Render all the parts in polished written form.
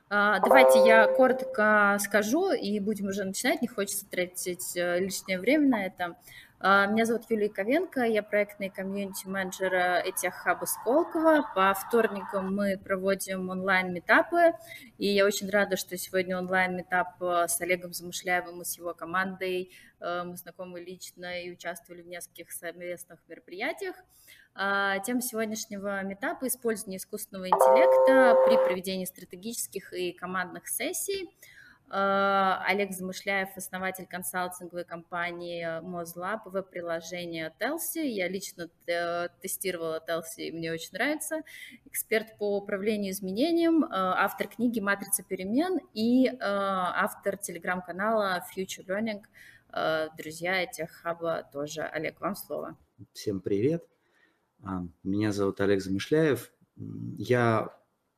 Давайте я коротко скажу и будем уже начинать. Не хочется тратить лишнее время на это. Меня зовут Юлия Ковенко, я проектный комьюнити-менеджер ETH-хаба Сколково. По вторникам мы проводим онлайн-митапы, и я очень рада, что сегодня онлайн-митап с Олегом Замышляевым и с его командой. Мы знакомы лично и участвовали в нескольких совместных мероприятиях. Тема сегодняшнего митапа – использование искусственного интеллекта при проведении стратегических и командных сессий. Олег Замышляев, основатель консалтинговой компании Mozlab, веб-приложение Telsi. Я лично тестировала Telsi, и мне очень нравится. Эксперт по управлению изменением, автор книги «Матрица перемен» и автор телеграм-канала Future Learning. Друзья ETH-хаба тоже. Олег, вам слово. Всем привет. Меня зовут Олег Замышляев. Я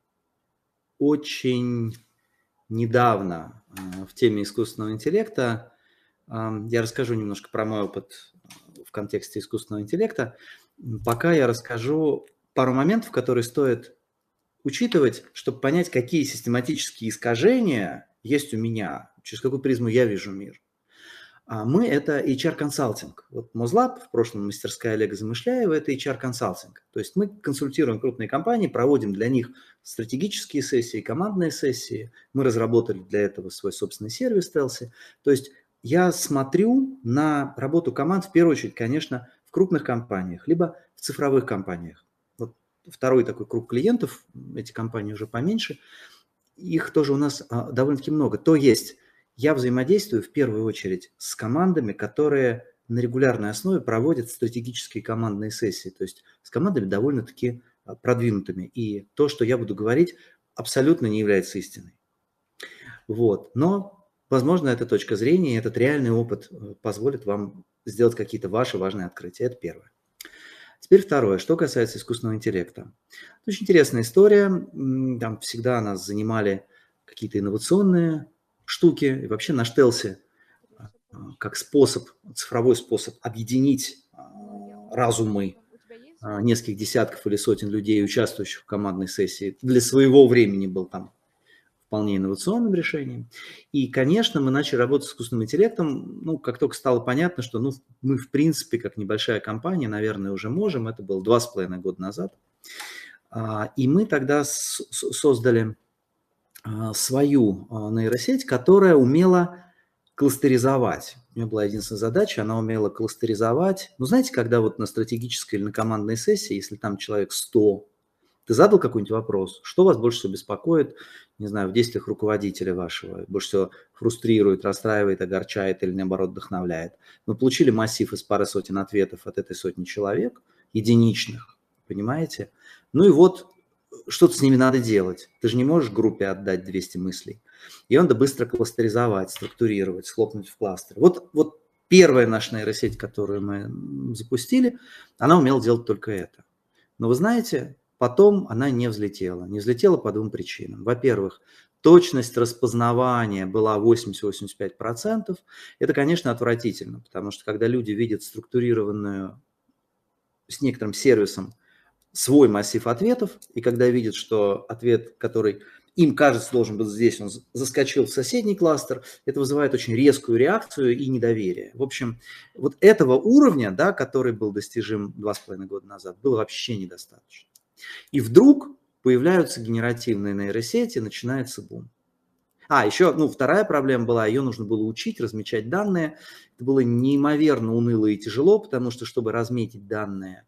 очень недавно в теме искусственного интеллекта. Я расскажу немножко про мой опыт в контексте искусственного интеллекта. Пока я расскажу пару моментов, которые стоит учитывать, чтобы понять, какие систематические искажения есть у меня, через какую призму я вижу мир. Мы – это HR-консалтинг. Вот Mozlab, в прошлом мастерская Олега Замышляева, это HR-консалтинг. То есть мы консультируем крупные компании, проводим для них стратегические сессии, командные сессии. Мы разработали для этого свой собственный сервис Telsi. То есть я смотрю на работу команд, в первую очередь, конечно, в крупных компаниях, либо в цифровых компаниях. Вот второй такой круг клиентов, эти компании уже поменьше, их тоже у нас довольно-таки много. То есть я взаимодействую в первую очередь с командами, которые на регулярной основе проводят стратегические командные сессии, то есть с командами довольно-таки продвинутыми. И то, что я буду говорить, абсолютно не является истиной. Вот. Но, возможно, эта точка зрения, этот реальный опыт позволит вам сделать какие-то ваши важные открытия. Это первое. Теперь второе, что касается искусственного интеллекта. Очень интересная история. Там всегда нас занимали какие-то инновационные штуки. И вообще наш Telsi как способ, цифровой способ объединить разумы нескольких десятков или сотен людей, участвующих в командной сессии, для своего времени был там вполне инновационным решением. И, конечно, мы начали работать с искусственным интеллектом, как только стало понятно, что мы, в принципе, как небольшая компания, наверное, уже можем. Это было 2,5 года назад. И мы тогда создали свою нейросеть, которая умела кластеризовать. У нее была единственная задача, она умела кластеризовать. Знаете, когда вот на стратегической или на командной сессии, если там человек 100, ты задал какой-нибудь вопрос, что вас больше всего беспокоит, не знаю, в действиях руководителя вашего, больше всего фрустрирует, расстраивает, огорчает или, наоборот, вдохновляет. Мы получили массив из пары сотен ответов от этой сотни человек, единичных, понимаете? И вот что-то с ними надо делать. Ты же не можешь группе отдать 200 мыслей. Ее надо быстро кластеризовать, структурировать, схлопнуть в кластер. Вот первая наша нейросеть, которую мы запустили, она умела делать только это. Но вы знаете, потом она не взлетела. Не взлетела по двум причинам. Во-первых, точность распознавания была 80-85%. Это, конечно, отвратительно, потому что когда люди видят структурированную с некоторым сервисом свой массив ответов, и когда видят, что ответ, который им кажется должен быть здесь, он заскочил в соседний кластер, это вызывает очень резкую реакцию и недоверие. В общем, вот этого уровня, да, который был достижим 2,5 года назад, было вообще недостаточно. И вдруг появляются генеративные нейросети, начинается бум. Еще, вторая проблема была, ее нужно было учить, размечать данные. Это было неимоверно уныло и тяжело, потому что, чтобы разметить данные,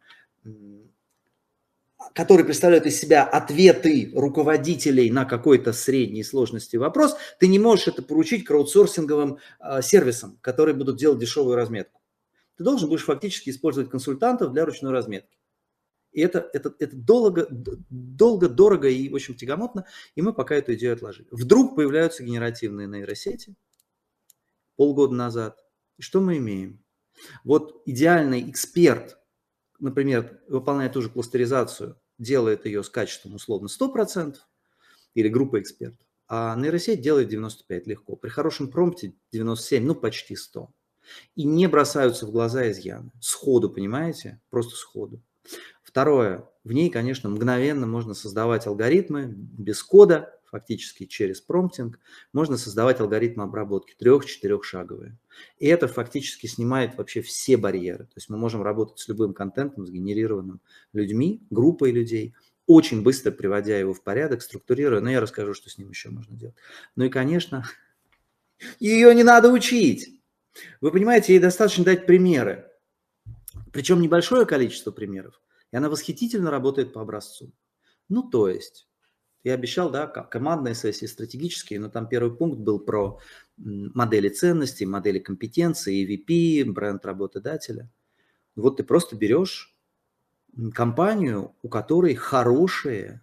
которые представляют из себя ответы руководителей на какой-то средней сложности вопрос, ты не можешь это поручить краудсорсинговым сервисам, которые будут делать дешевую разметку. Ты должен будешь фактически использовать консультантов для ручной разметки. И это долго, дорого и, в общем, тягомотно, и мы пока эту идею отложили. Вдруг появляются генеративные нейросети полгода назад. И что мы имеем? Вот идеальный эксперт, например, выполняет ту же кластеризацию, делает ее с качеством условно 100% или группа экспертов, а нейросеть делает 95% легко. При хорошем промпте 97%, почти 100%. И не бросаются в глаза изъяны. Сходу, понимаете? Просто сходу. Второе. В ней, конечно, мгновенно можно создавать алгоритмы без кода, фактически через промптинг, можно создавать алгоритмы обработки 3-4-шаговые. И это фактически снимает вообще все барьеры. То есть мы можем работать с любым контентом, сгенерированным людьми, группой людей, очень быстро приводя его в порядок, структурируя. Но я расскажу, что с ним еще можно делать. Ну и, конечно, ее не надо учить. Вы понимаете, ей достаточно дать примеры. Причем небольшое количество примеров. И она восхитительно работает по образцу. Ну, то есть, я обещал, да, командные сессии, стратегические, но там первый пункт был про модели ценностей, модели компетенции, EVP, бренд работодателя. Вот ты просто берешь компанию, у которой хорошие,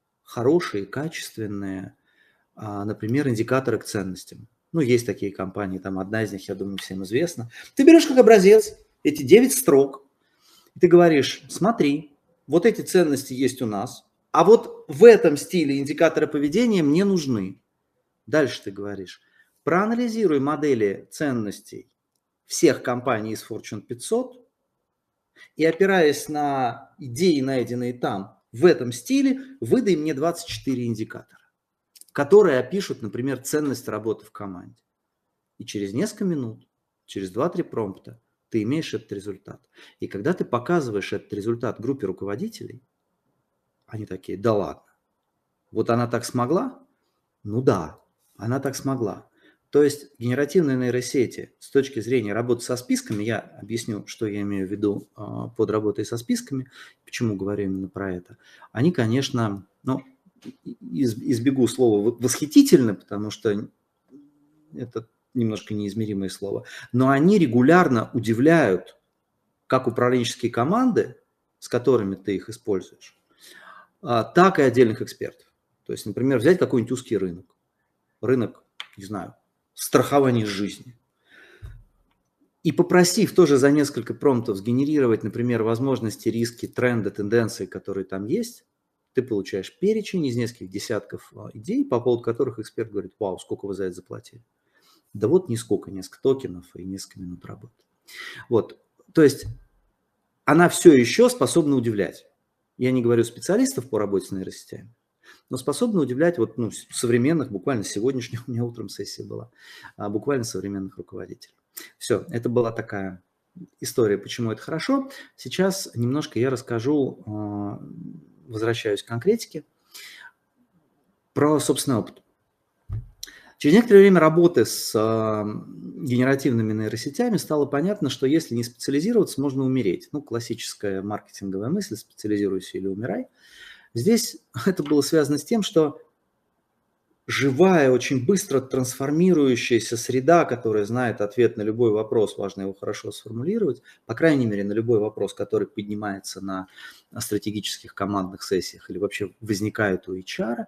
качественные, например, индикаторы к ценностям. Ну, есть такие компании, там одна из них, я думаю, всем известна. Ты берешь как образец эти 9 строк, и ты говоришь, смотри, вот эти ценности есть у нас, а вот в этом стиле индикаторы поведения мне нужны. Дальше ты говоришь, проанализируй модели ценностей всех компаний из Fortune 500 и, опираясь на идеи, найденные там, в этом стиле, выдай мне 24 индикатора, которые опишут, например, ценность работы в команде. И через несколько минут, через 2-3 промпта ты имеешь этот результат. И когда ты показываешь этот результат группе руководителей, они такие, да ладно, вот она так смогла? Ну да, она так смогла. То есть генеративные нейросети с точки зрения работы со списками, я объясню, что я имею в виду под работой со списками, почему говорю именно про это, они, конечно, ну, избегу слова восхитительны, потому что это немножко неизмеримое слово, но они регулярно удивляют как управленческие команды, с которыми ты их используешь, так и отдельных экспертов. То есть, например, взять какой-нибудь узкий рынок. Рынок, не знаю, страхования жизни. И попросив тоже за несколько промптов сгенерировать, например, возможности, риски, тренды, тенденции, которые там есть, ты получаешь перечень из нескольких десятков идей, по поводу которых эксперт говорит, вау, сколько вы за это заплатили. Да вот нисколько, несколько токенов и несколько минут работы. Вот, то есть она все еще способна удивлять. Я не говорю специалистов по работе с нейросетями, но способна удивлять вот, ну, современных, буквально сегодняшняя у меня утром сессия была, буквально современных руководителей. Все, это была такая история, почему это хорошо. Сейчас немножко я расскажу, возвращаюсь к конкретике, про собственный опыт. Через некоторое время работы с генеративными нейросетями стало понятно, что если не специализироваться, можно умереть. Ну, классическая маркетинговая мысль «специализируйся или умирай». Здесь это было связано с тем, что живая, очень быстро трансформирующаяся среда, которая знает ответ на любой вопрос, важно его хорошо сформулировать, по крайней мере, на любой вопрос, который поднимается на стратегических командных сессиях или вообще возникает у HR.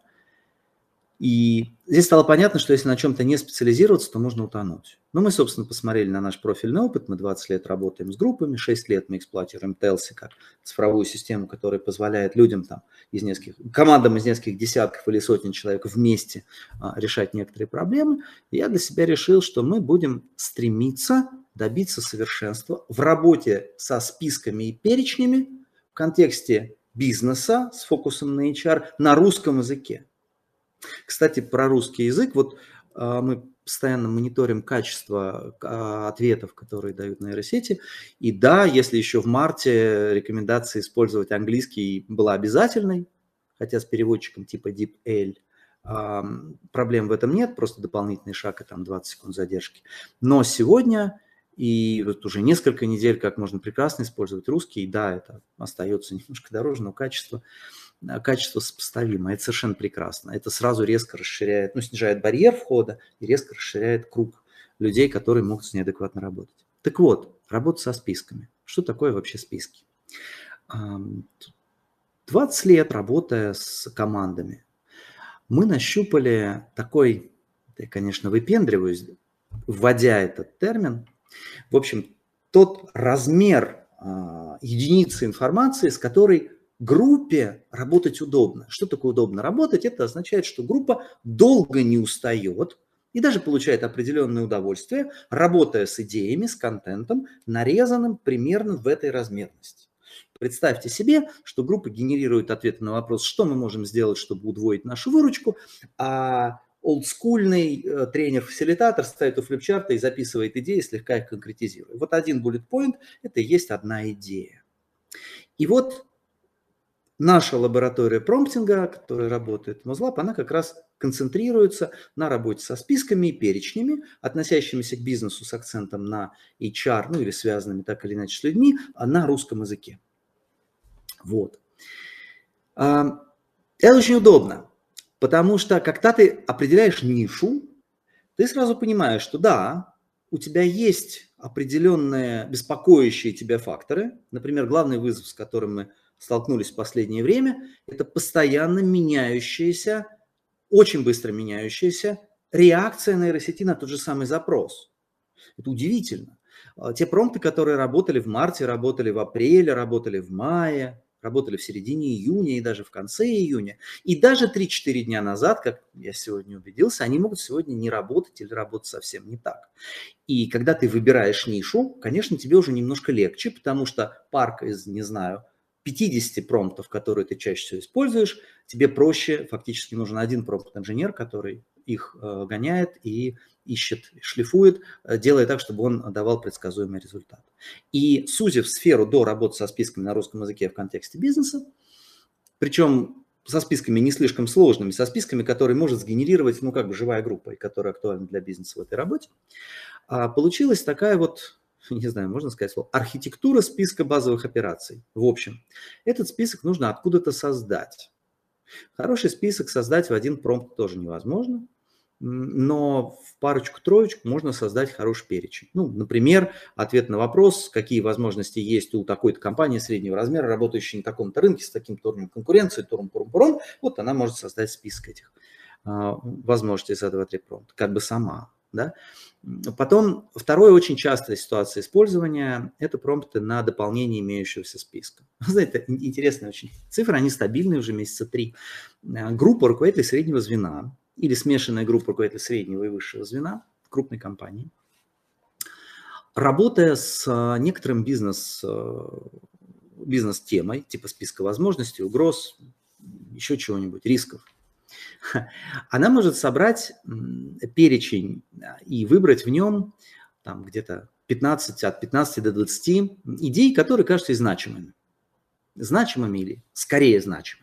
И здесь стало понятно, что если на чем-то не специализироваться, то можно утонуть. Но мы, собственно, посмотрели на наш профильный опыт. Мы 20 лет работаем с группами, 6 лет мы эксплуатируем Телси как цифровую систему, которая позволяет людям, там, командам из нескольких десятков или сотен человек вместе решать некоторые проблемы. И я для себя решил, что мы будем стремиться добиться совершенства в работе со списками и перечнями в контексте бизнеса с фокусом на HR на русском языке. Кстати, про русский язык. Вот мы постоянно мониторим качество ответов, которые дают нейросети. И да, если еще в марте рекомендация использовать английский была обязательной, хотя с переводчиком типа DeepL проблем в этом нет, просто дополнительный шаг и там 20 секунд задержки. Но сегодня и вот уже несколько недель как можно прекрасно использовать русский. И да, это остается немножко дороже, но качество сопоставимо. Это совершенно прекрасно. Это сразу резко расширяет, ну, снижает барьер входа и резко расширяет круг людей, которые могут с ней адекватно работать. Так вот, работа со списками. Что такое вообще списки? 20 лет работая с командами, мы нащупали такой, я, конечно, выпендриваюсь, вводя этот термин, в общем, тот размер единицы информации, с которой группе работать удобно. Что такое удобно работать? Это означает, что группа долго не устает и даже получает определенное удовольствие, работая с идеями, с контентом, нарезанным примерно в этой размерности. Представьте себе, что группа генерирует ответы на вопрос, что мы можем сделать, чтобы удвоить нашу выручку, а олдскульный тренер-фасилитатор ставит у флипчарта и записывает идеи, слегка их конкретизируя. Вот один bullet point – это и есть одна идея. И вот наша лаборатория промптинга, которая работает в Mozlab, она как раз концентрируется на работе со списками и перечнями, относящимися к бизнесу с акцентом на HR, ну или связанными так или иначе с людьми, на русском языке. Вот. Это очень удобно, потому что когда ты определяешь нишу, ты сразу понимаешь, что да, у тебя есть определенные беспокоящие тебя факторы. Например, главный вызов, с которым мы столкнулись в последнее время, это постоянно меняющаяся, очень быстро меняющаяся реакция нейросети на тот же самый запрос. Это удивительно. Те промпты, которые работали в марте, работали в апреле, работали в мае, работали в середине июня и даже в конце июня, и даже 3-4 дня назад, как я сегодня убедился, они могут сегодня не работать или работать совсем не так. И когда ты выбираешь нишу, конечно, тебе уже немножко легче, потому что парк из, не знаю, 50 промптов, которые ты чаще всего используешь, тебе проще, фактически нужен один промпт-инженер, который их гоняет и ищет, шлифует, делая так, чтобы он давал предсказуемый результат. И сузив сферу до работы со списками на русском языке в контексте бизнеса, причем со списками не слишком сложными, со списками, которые может сгенерировать, ну, как бы живая группа, и которая актуальна для бизнеса в этой работе, получилась такая вот, не знаю, можно сказать слово, архитектура списка базовых операций. В общем, этот список нужно откуда-то создать. Хороший список создать в один промпт тоже невозможно, но в парочку-троечку можно создать хороший перечень. Ну, например, ответ на вопрос, какие возможности есть у такой-то компании среднего размера, работающей на таком-то рынке, с таким-то уровнем конкуренции, турум-пурум-пурум, вот она может создать список этих возможностей за 2-3 промпта, как бы сама. Да? Потом, вторая очень частая ситуация использования – это промпты на дополнение имеющегося списка. Знаете, интересная очень цифра, они стабильные уже месяца 3. Группа руководителей среднего звена или смешанная группа руководителей среднего и высшего звена в крупной компании, работая с некоторым бизнес-темой, типа списка возможностей, угроз, еще чего-нибудь, рисков, она может собрать перечень и выбрать в нем там, где-то от 15 до 20 идей, которые кажутся ей значимыми. Значимыми или скорее значимыми.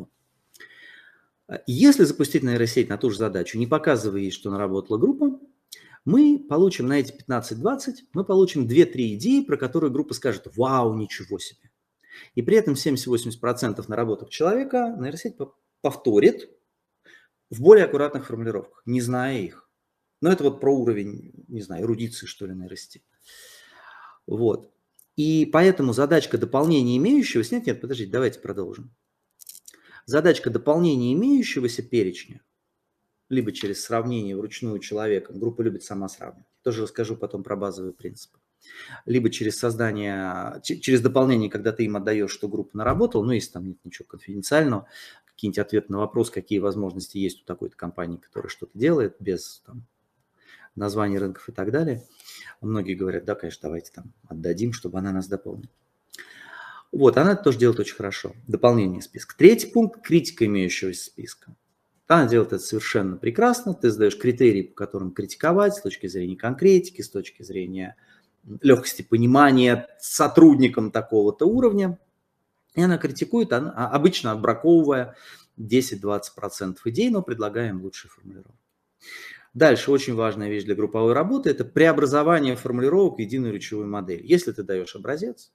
Если запустить нейросеть на ту же задачу, не показывая ей, что наработала группа, мы получим на эти 15-20, мы получим 2-3 идеи, про которые группа скажет: вау, ничего себе. И при этом 70-80% наработок человека нейросеть повторит в более аккуратных формулировках, не зная их. Но это вот про уровень, не знаю, эрудиции, что ли, нейросети. Вот. И поэтому задачка дополнения имеющегося... Нет, подождите, давайте продолжим. Задачка дополнения имеющегося перечня, либо через сравнение вручную человеком, группа любит сама сравнивать, тоже расскажу потом про базовые принципы, либо через создание, через дополнение, когда ты им отдаешь, что группа наработала, ну, если там нет ничего конфиденциального, какие-нибудь ответы на вопрос, какие возможности есть у такой-то компании, которая что-то делает, без там названий рынков и так далее. Многие говорят: да, конечно, давайте там отдадим, чтобы она нас дополнила. Вот, она это тоже делает очень хорошо. Дополнение списка. Третий пункт – критика имеющегося списка. Она делает это совершенно прекрасно. Ты задаешь критерии, по которым критиковать с точки зрения конкретики, с точки зрения легкости понимания сотрудникам такого-то уровня. И она критикует, обычно отбраковывая 10-20% идей, но предлагая им лучшие формулировки. Дальше очень важная вещь для групповой работы – это преобразование формулировок в единую речевую модель. Если ты даешь образец,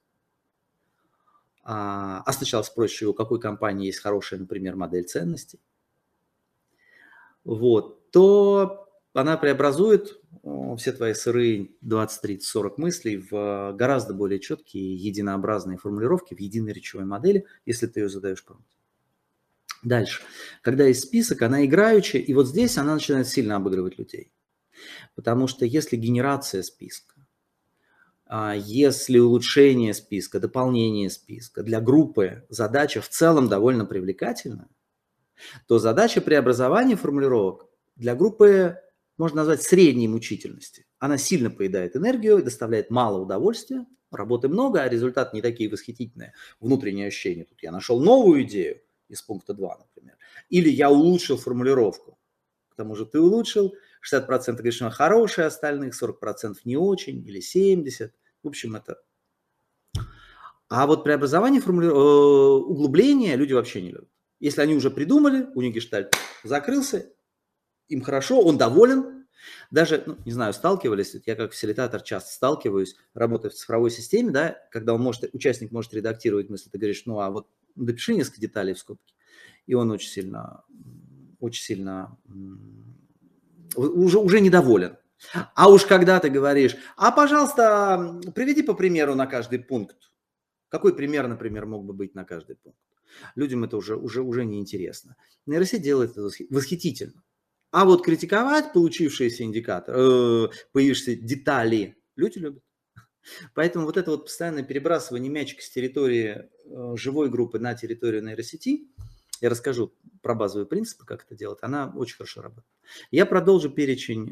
а сначала спросишь его, у какой компании есть хорошая, например, модель ценностей, вот, то она преобразует все твои сырые 20, 30, 40 мыслей в гораздо более четкие, единообразные формулировки в единой речевой модели, если ты ее задаешь промпт. Дальше. Когда есть список, она играющая, и вот здесь она начинает сильно обыгрывать людей. Потому что если генерация списка, если улучшение списка, дополнение списка для группы задача в целом довольно привлекательна, то задача преобразования формулировок для группы можно назвать средней мучительности. Она сильно поедает энергию, доставляет мало удовольствия, работы много, а результаты не такие восхитительные. Внутренние ощущения. Тут я нашел новую идею из пункта 2, например. Или я улучшил формулировку. К тому же ты улучшил, 60% говоришь, что она хорошая, остальных 40% не очень, или 70%. В общем, это... А вот преобразование, углубление люди вообще не любят. Если они уже придумали, у них гештальт закрылся, им хорошо, он доволен. Даже, ну, не знаю, сталкивались, я как фасилитатор часто сталкиваюсь, работая в цифровой системе, да, когда участник может редактировать мысли, ты говоришь, ну, а вот допиши несколько деталей в скобки, и он очень сильно уже недоволен. А уж когда ты говоришь, а, пожалуйста, приведи по примеру на каждый пункт. Какой пример, например, мог бы быть на каждый пункт? Людям это уже неинтересно. Нейросеть делает это восхитительно. А вот критиковать появившиеся детали люди любят. Поэтому вот это вот постоянное перебрасывание мячика с территории живой группы на территорию нейросети, я расскажу про базовые принципы, как это делать, она очень хорошо работает. Я продолжу перечень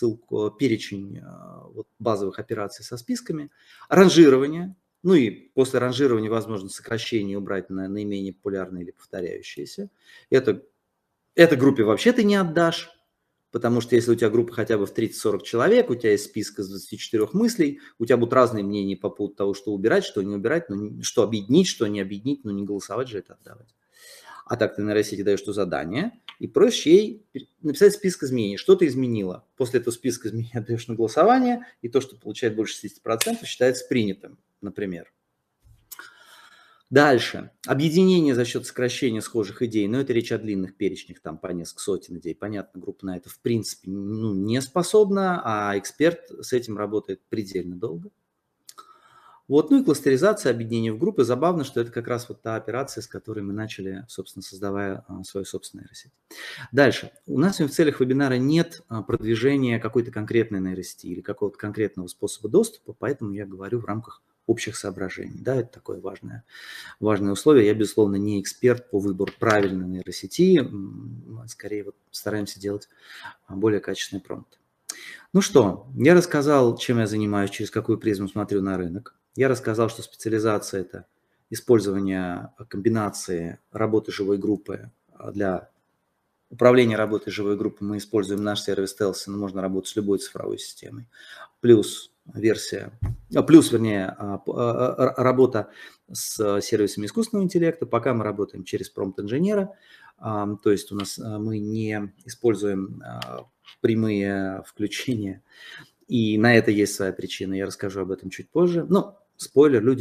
вот базовых операций со списками, ранжирование, ну и после ранжирования возможно сокращение убрать на наименее популярные или повторяющиеся. Этой группе вообще ты не отдашь, потому что если у тебя группа хотя бы в 30-40 человек, у тебя есть список из 24 мыслей, у тебя будут разные мнения по поводу того, что убирать, что не убирать, что объединить, что не объединить, но не голосовать же это отдавать. А так ты нейросети даешь то задание, и просишь ей написать список изменений. Что ты изменила? После этого списка изменений отдаешь на голосование, и то, что получает больше 60%, считается принятым, например. Дальше. Объединение за счет сокращения схожих идей. Но это речь о длинных перечнях, там по несколько сотен идей. Понятно, группа на это в принципе не способна, а эксперт с этим работает предельно долго. Вот, ну и кластеризация, объединение в группы. Забавно, что это как раз вот та операция, с которой мы начали, собственно, создавая свою собственную нейросеть. Дальше. У нас в целях вебинара нет продвижения какой-то конкретной нейросети или какого-то конкретного способа доступа, поэтому я говорю в рамках общих соображений. Да, это такое важное условие. Я, безусловно, не эксперт по выбору правильной нейросети. Скорее, вот стараемся делать более качественный промпт. Ну что, я рассказал, чем я занимаюсь, через какую призму смотрю на рынок. Я рассказал, что специализация – это использование комбинации работы живой группы. Для управления работой живой группы мы используем наш сервис Telsi, но можно работать с любой цифровой системой. Плюс работа с сервисами искусственного интеллекта. Пока мы работаем через промпт-инженера, то есть мы не используем прямые включения, и на это есть своя причина, я расскажу об этом чуть позже. Но, спойлер, люди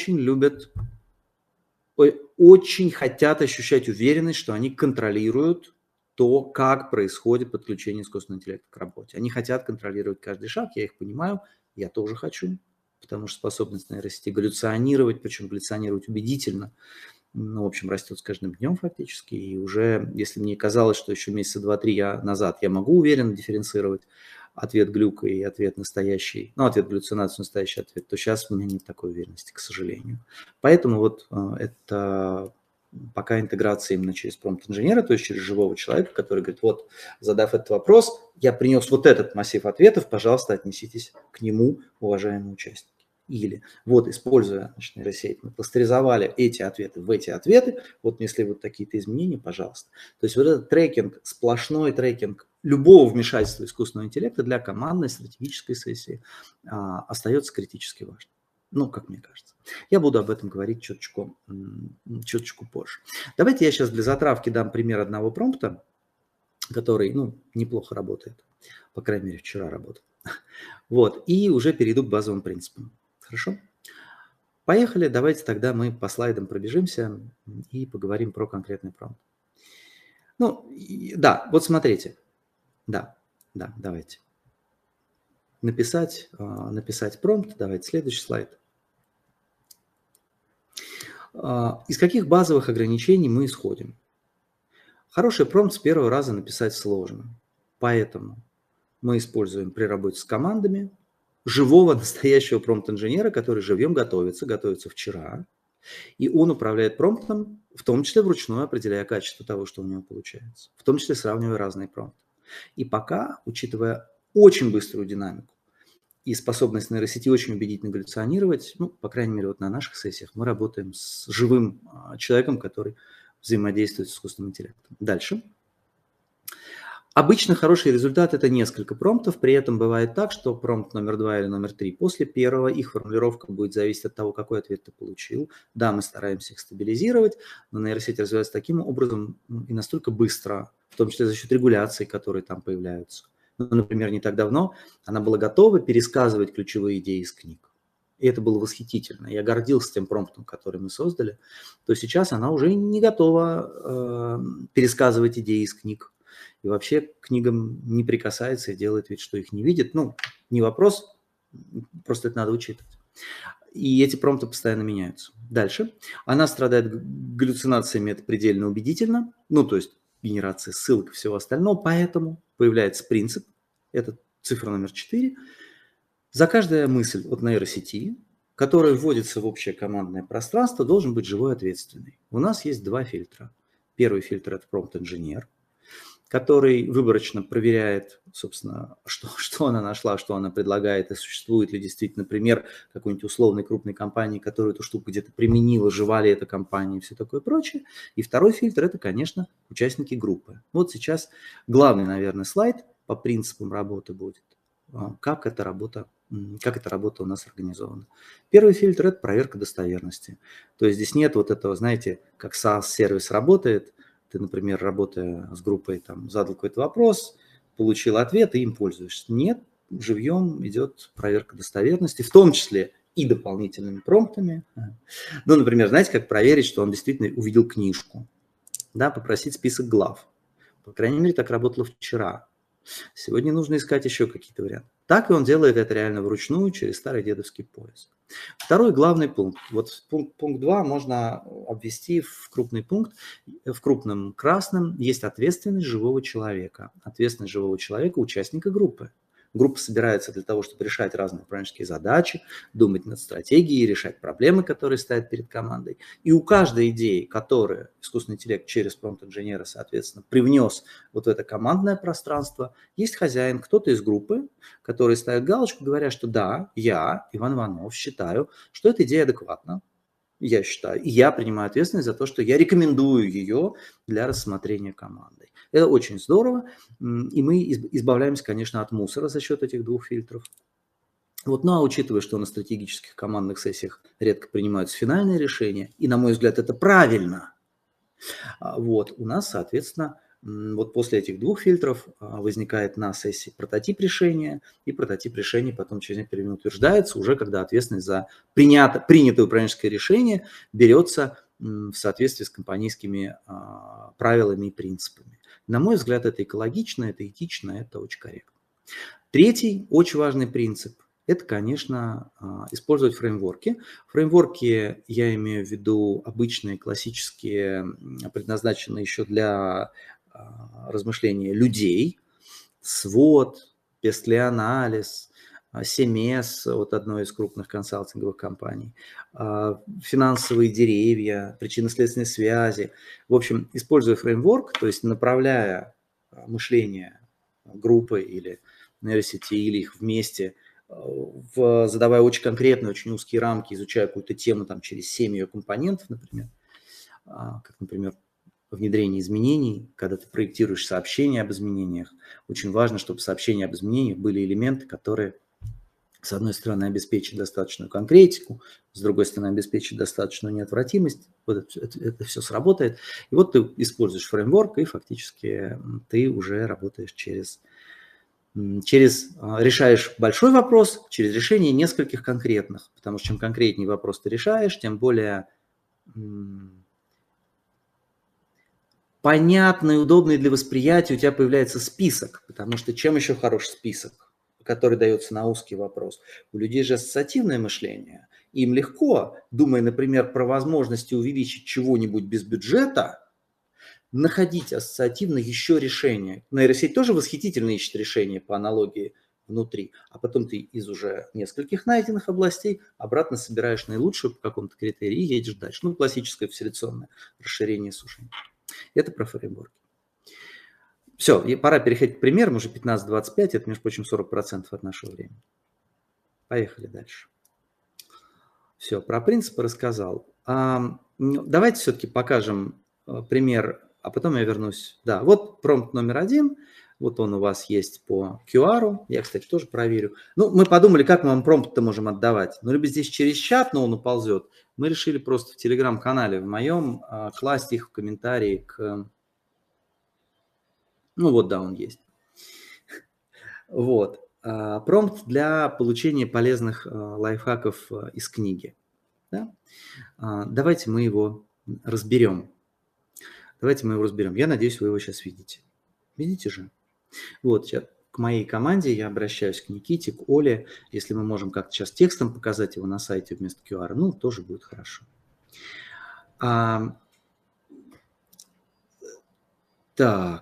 очень хотят ощущать уверенность, что они контролируют то, как происходит подключение искусственного интеллекта к работе. Они хотят контролировать каждый шаг, я их понимаю, я тоже хочу, потому что способность нейросети галлюционировать, причем галлюционировать убедительно, ну, в общем, растет с каждым днем фактически, и уже, если мне казалось, что еще месяца 2-3 назад я могу уверенно дифференцировать ответ глюка и ответ настоящий, ну, ответ галлюцинации, настоящий ответ, то сейчас у меня нет такой уверенности, к сожалению. Поэтому вот это пока интеграция именно через промпт-инженера, то есть через живого человека, который говорит, вот, задав этот вопрос, я принес вот этот массив ответов, пожалуйста, отнеситесь к нему, уважаемые участники. Или вот, используя нейросеть, мы кластеризовали эти ответы в эти ответы, вот внесли вот такие-то изменения, пожалуйста. То есть вот этот трекинг, сплошной трекинг любого вмешательства искусственного интеллекта для командной стратегической сессии остается критически важным. Ну, как мне кажется. Я буду об этом говорить чуточку позже. Давайте я сейчас для затравки дам пример одного промпта, который, неплохо работает. По крайней мере, вчера работал. Вот, и уже перейду к базовым принципам. Хорошо? Поехали, давайте тогда мы по слайдам пробежимся и поговорим про конкретный промпт. Да, вот смотрите. Да, давайте. Написать промпт. Давайте следующий слайд. Из каких базовых ограничений мы исходим? Хороший промпт с первого раза написать сложно. Поэтому мы используем при работе с командами живого настоящего промпт-инженера, который живьем готовится вчера. И он управляет промптом, в том числе вручную определяя качество того, что у него получается. В том числе сравнивая разные промпты. И пока, учитывая очень быструю динамику и способность нейросети очень убедительно галлюционировать, ну, по крайней мере, вот на наших сессиях мы работаем с живым человеком, который взаимодействует с искусственным интеллектом. Дальше. Обычно хороший результат – это несколько промптов, при этом бывает так, что промпт номер 2 или номер 3 после первого, их формулировка будет зависеть от того, какой ответ ты получил. Да, мы стараемся их стабилизировать, но нейросеть развивается таким образом и настолько быстро, в том числе за счет регуляций, которые там появляются. Ну, например, не так давно она была готова пересказывать ключевые идеи из книг. И это было восхитительно. Я гордился тем промптом, который мы создали. То сейчас она уже не готова пересказывать идеи из книг. И вообще к книгам не прикасается и делает вид, что их не видит. Ну, не вопрос, просто это надо учитывать. И эти промпты постоянно меняются. Дальше. Она страдает галлюцинациями, это предельно убедительно. Ну, то есть генерация ссылок и всего остального. Поэтому появляется принцип, это цифра номер 4. За каждая мысль от нейросети, которая вводится в общее командное пространство, должен быть живой ответственный. У нас есть два фильтра. Первый фильтр – это промпт-инженер, который выборочно проверяет, собственно, что она нашла, что она предлагает, и существует ли действительно пример какой-нибудь условной крупной компании, которая эту штуку где-то применила, жива ли эта компания и все такое прочее. И второй фильтр – это, конечно, участники группы. Вот сейчас главный, наверное, слайд по принципам работы будет, как эта работа у нас организована. Первый фильтр – это проверка достоверности. То есть здесь нет вот этого, знаете, как SaaS-сервис работает. Ты, например, работая с группой, там, задал какой-то вопрос, получил ответ и им пользуешься. Нет, живьем идет проверка достоверности, в том числе и дополнительными промптами. Ну, например, знаете, как проверить, что он действительно увидел книжку? Да, попросить список глав. По крайней мере, так работало вчера. Сегодня нужно искать еще какие-то варианты. Так и он делает это реально вручную через старый дедовский пояс. Второй главный пункт. Вот пункт 2 можно обвести в крупный пункт. В крупном красном есть ответственность живого человека. Ответственность живого человека, участника группы. Группа собирается для того, чтобы решать разные управленческие задачи, думать над стратегией, решать проблемы, которые стоят перед командой. И у каждой идеи, которую искусственный интеллект через промпт-инженера, соответственно, привнес вот в это командное пространство, есть хозяин, кто-то из группы, который ставит галочку, говоря, что да, я, Иван Иванов, считаю, что эта идея адекватна. Я считаю, и я принимаю ответственность за то, что я рекомендую ее для рассмотрения командой. Это очень здорово, и мы избавляемся, конечно, от мусора за счет этих двух фильтров. Вот, ну а учитывая, что на стратегических командных сессиях редко принимаются финальные решения, и, на мой взгляд, это правильно, вот, у нас, соответственно, вот после этих двух фильтров возникает на сессии прототип решения, и прототип решения потом через некоторое время утверждается, уже когда ответственность за принятое управленческое решение берется в соответствии с компанейскими правилами и принципами. На мой взгляд, это экологично, это этично, это очень корректно. Третий очень важный принцип – это, конечно, использовать фреймворки. Фреймворки, я имею в виду обычные, классические, предназначенные еще для размышления людей, свод, пест-анализ, CMS от одной из крупных консалтинговых компаний, финансовые деревья, причинно-следственные связи. В общем, используя фреймворк, то есть направляя мышление группы или нейросети, или их вместе, задавая очень конкретные, очень узкие рамки, изучая какую-то тему там, через 7 ее компонентов, например, как, например, внедрение изменений, когда ты проектируешь сообщения об изменениях, очень важно, чтобы сообщения об изменениях были элементы, которые, с одной стороны, обеспечат достаточную конкретику, с другой стороны, обеспечат достаточную неотвратимость. Вот это все сработает. И вот ты используешь фреймворк, и фактически ты уже работаешь решаешь большой вопрос через решение нескольких конкретных. Потому что чем конкретнее вопрос ты решаешь, тем более понятный, удобный для восприятия у тебя появляется список. Потому что чем еще хорош список, который дается на узкий вопрос? У людей же ассоциативное мышление. Им легко, думая, например, про возможности увеличить чего-нибудь без бюджета, находить ассоциативно еще решение. Нейросеть тоже восхитительно ищет решение по аналогии внутри, а потом ты из уже нескольких найденных областей обратно собираешь наилучшую по какому-то критерию и едешь дальше. Ну, классическое вселенное расширение сужения. Это про фреймворки. Все, пора переходить к примерам, уже 15-25, это, между прочим, 40% от нашего времени. Поехали дальше. Все, про принципы рассказал. Давайте все-таки покажем пример, а потом я вернусь. Да, вот промпт номер 1. Вот он у вас есть по QR. Я, кстати, тоже проверю. Ну, мы подумали, как мы вам промпт-то можем отдавать. Ну, либо здесь через чат, но он уползет. Мы решили просто в телеграм-канале в моем класть их в комментарии к... Ну, вот, да, он есть. Вот. Промпт для получения полезных лайфхаков из книги. Да? Давайте мы его разберем. Я надеюсь, вы его сейчас видите. Видите же? Вот, сейчас к моей команде я обращаюсь к Никите, к Оле. Если мы можем как-то сейчас текстом показать его на сайте вместо QR, ну, тоже будет хорошо. Так,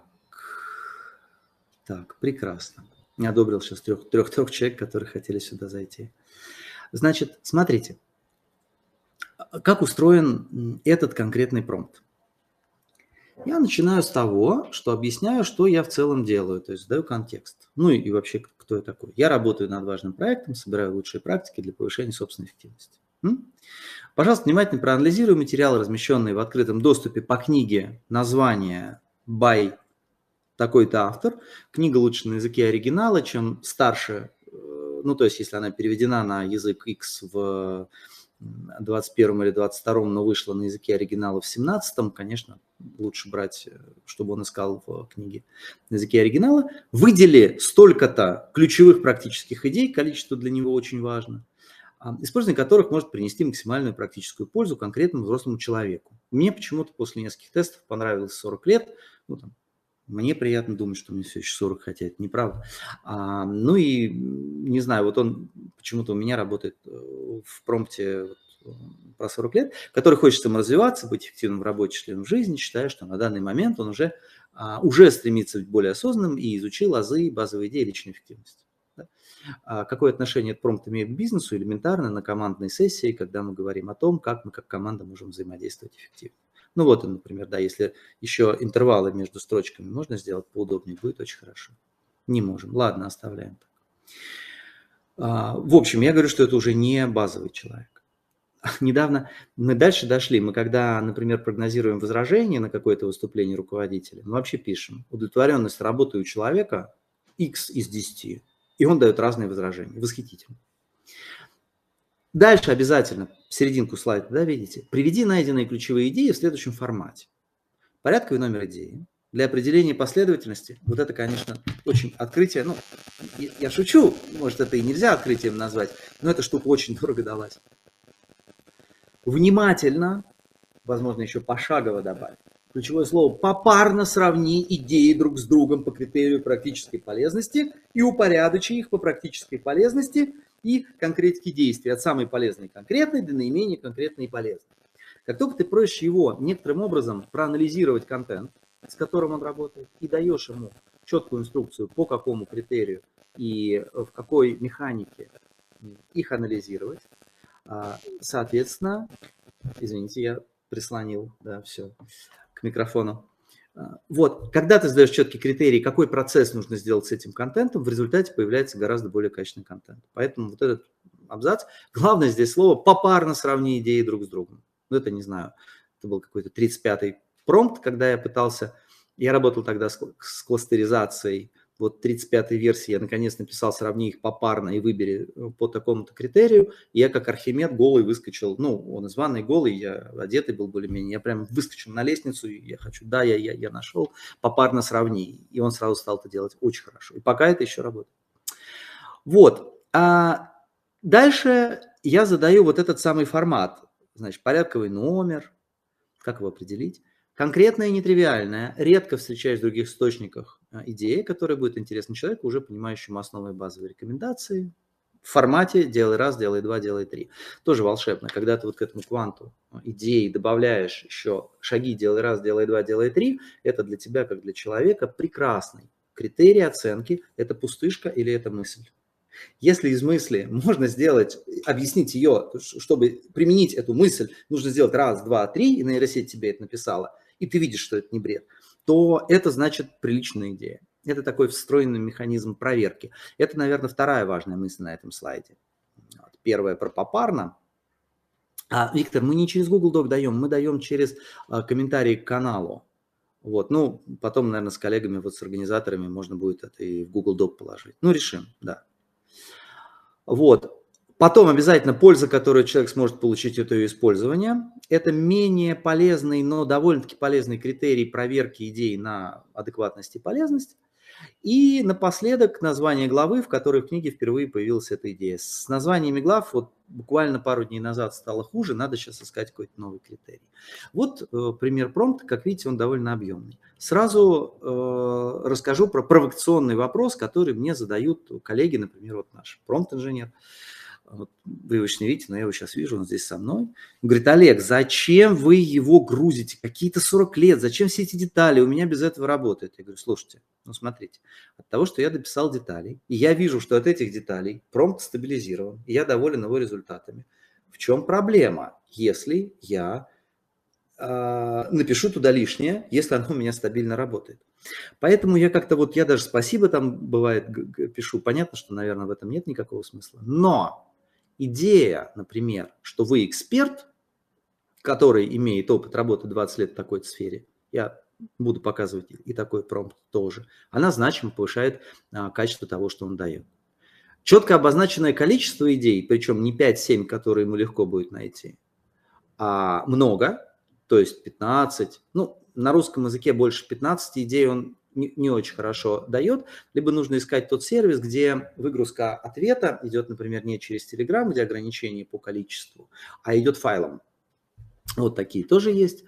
прекрасно. Я одобрил сейчас трех человек, которые хотели сюда зайти. Значит, смотрите, как устроен этот конкретный промпт. Я начинаю с того, что объясняю, что я в целом делаю, то есть даю контекст. Ну и вообще, кто я такой. Я работаю над важным проектом, собираю лучшие практики для повышения собственной эффективности. Пожалуйста, внимательно проанализируй материалы, размещенные в открытом доступе по книге, название by такой-то автор. Книга лучше на языке оригинала, чем старше, ну то есть если она переведена на язык X в 21 или 22, но вышла на языке оригинала в 17, конечно, лучше брать, чтобы он искал в книге на языке оригинала. Выдели столько-то ключевых практических идей, количество для него очень важно, использование которых может принести максимальную практическую пользу конкретному взрослому человеку. Мне почему-то после нескольких тестов понравилось 40 лет, ну, там, мне приятно думать, что мне все еще 40, хотя это неправда. Ну и, не знаю, вот он почему-то у меня работает в промпте про 40 лет, который хочет саморазвиваться, быть эффективным в работе, членом жизни, считая, что на данный момент он уже стремится быть более осознанным и изучил азы, базовые идеи личной эффективности. Да? Какое отношение этот промпт имеет к бизнесу? Элементарно на командной сессии, когда мы говорим о том, как мы как команда можем взаимодействовать эффективно. Ну вот он, например, да, если еще интервалы между строчками можно сделать поудобнее, будет очень хорошо. Не можем. Ладно, оставляем. В общем, я говорю, что это уже не базовый человек. Недавно мы дальше дошли. Мы когда, например, прогнозируем возражение на какое-то выступление руководителя, мы вообще пишем удовлетворенность работы у человека X из 10. И он дает разные возражения. Восхитительно. Дальше обязательно, серединку слайда, да, видите, приведи найденные ключевые идеи в следующем формате. Порядковый номер идеи. Для определения последовательности, вот это, конечно, очень открытие, ну, я шучу, может, это и нельзя открытием назвать, но эта штука очень дорого далась. Внимательно, возможно, еще пошагово добавить. Ключевое слово попарно сравни идеи друг с другом по критерию практической полезности и упорядочи их по практической полезности и конкретики действий, от самой полезной и конкретной до наименее конкретной и полезной. Как только ты просишь его некоторым образом проанализировать контент, с которым он работает, и даешь ему четкую инструкцию, по какому критерию и в какой механике их анализировать, соответственно, извините, я прислонил, да, все к микрофону. Вот, когда ты задаешь четкие критерии, какой процесс нужно сделать с этим контентом, в результате появляется гораздо более качественный контент. Поэтому вот этот абзац, главное здесь слово попарно сравни идеи друг с другом. Ну, это не знаю, это был какой-то 35-й промпт, когда я работал тогда с кластеризацией, вот 35-й версии я наконец написал сравни их попарно и выбери по такому-то критерию. И я как Архимед голый выскочил, ну, он из ванной голый, я одетый был более-менее, я прям выскочил на лестницу, и я хочу, да, я нашел, попарно сравни. И он сразу стал это делать очень хорошо. И пока это еще работает. Вот. Дальше я задаю вот этот самый формат, значит, порядковый номер, как его определить? Конкретная и нетривиальная, редко встречаясь в других источниках идея, которая будет интересна человеку, уже понимающему основы базовые рекомендации, в формате делай раз, делай два, делай три. Тоже волшебно, когда ты вот к этому кванту идеи добавляешь еще шаги делай раз, делай два, делай три, это для тебя, как для человека, прекрасный критерий оценки, это пустышка или это мысль. Если из мысли можно сделать, объяснить ее, чтобы применить эту мысль, нужно сделать раз, два, три, и нейросеть тебе это написала, и ты видишь, что это не бред, то это значит приличная идея. Это такой встроенный механизм проверки. Это, наверное, вторая важная мысль на этом слайде. Первая про попарно. Виктор, мы не через Google Doc даем, мы даем через комментарии к каналу. Вот, ну, потом, наверное, с коллегами, вот с организаторами можно будет это и в Google Doc положить. Ну, решим, да. Вот. Потом обязательно польза, которую человек сможет получить от ее использования. Это менее полезный, но довольно-таки полезный критерий проверки идей на адекватность и полезность. И напоследок название главы, в которой в книге впервые появилась эта идея. С названиями глав вот буквально пару дней назад стало хуже, надо сейчас искать какой-то новый критерий. Вот пример промпта, как видите, он довольно объемный. Сразу расскажу про провокационный вопрос, который мне задают коллеги, например, вот наш промпт-инженер. Вот вы его еще не видите, но я его сейчас вижу, он здесь со мной. Он говорит: Олег, зачем вы его грузите? Какие-то 40 лет, зачем все эти детали? У меня без этого работает. Я говорю: слушайте, ну смотрите, от того, что я дописал детали, и я вижу, что от этих деталей промпт стабилизирован, и я доволен его результатами. В чем проблема, если я напишу туда лишнее, если оно у меня стабильно работает? Поэтому я как-то вот, я даже спасибо там бывает пишу, понятно, что, наверное, в этом нет никакого смысла, но идея, например, что вы эксперт, который имеет опыт работы 20 лет в такой-то сфере, я буду показывать и такой промпт тоже, она значимо повышает качество того, что он дает. Четко обозначенное количество идей, причем не 5-7, которые ему легко будет найти, а много, то есть 15, ну, на русском языке больше 15 идей он не очень хорошо дает, либо нужно искать тот сервис, где выгрузка ответа идет, например, не через Telegram, где ограничение по количеству, а идет файлом. Вот такие тоже есть.